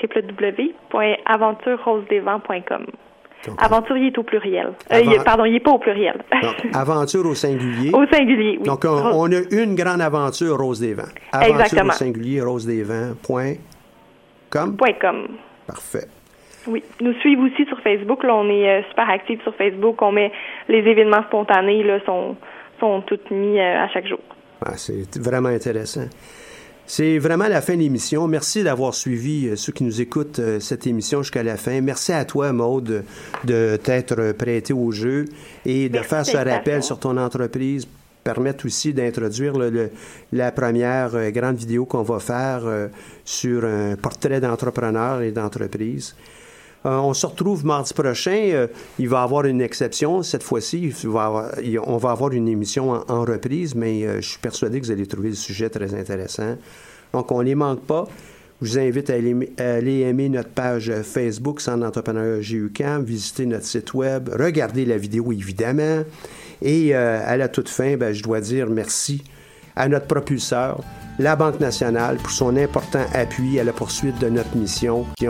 www.aventurerosedesvents.com. Aventurier est au pluriel. Il n'est pas au pluriel. Donc, aventure au singulier. Au singulier, oui. Donc, on a une grande aventure Rose des Vents. Aventure Exactement. Au singulier rosedesvents.com. Parfait. Oui. Nous suivre aussi sur Facebook. Là, on est super actifs sur Facebook. On met les événements spontanés là, sont tous mis à chaque jour. C'est vraiment intéressant. C'est vraiment la fin de l'émission. Merci d'avoir suivi ceux qui nous écoutent cette émission jusqu'à la fin. Merci à toi, Maude, de t'être prêtée au jeu et de faire ce rappel sur ton entreprise. Permettre aussi d'introduire la première grande vidéo qu'on va faire sur un portrait d'entrepreneur et d'entreprise. On se retrouve mardi prochain. Il va y avoir une exception cette fois-ci. On va avoir une émission en reprise, mais je suis persuadé que vous allez trouver le sujet très intéressant. Donc, on ne les manque pas. Je vous invite à aller aimer notre page Facebook Centre d'entrepreneuriat GUQAM, visiter notre site web, regarder la vidéo évidemment. Et à la toute fin, je dois dire merci à notre propulseur, la Banque nationale, pour son important appui à la poursuite de notre mission.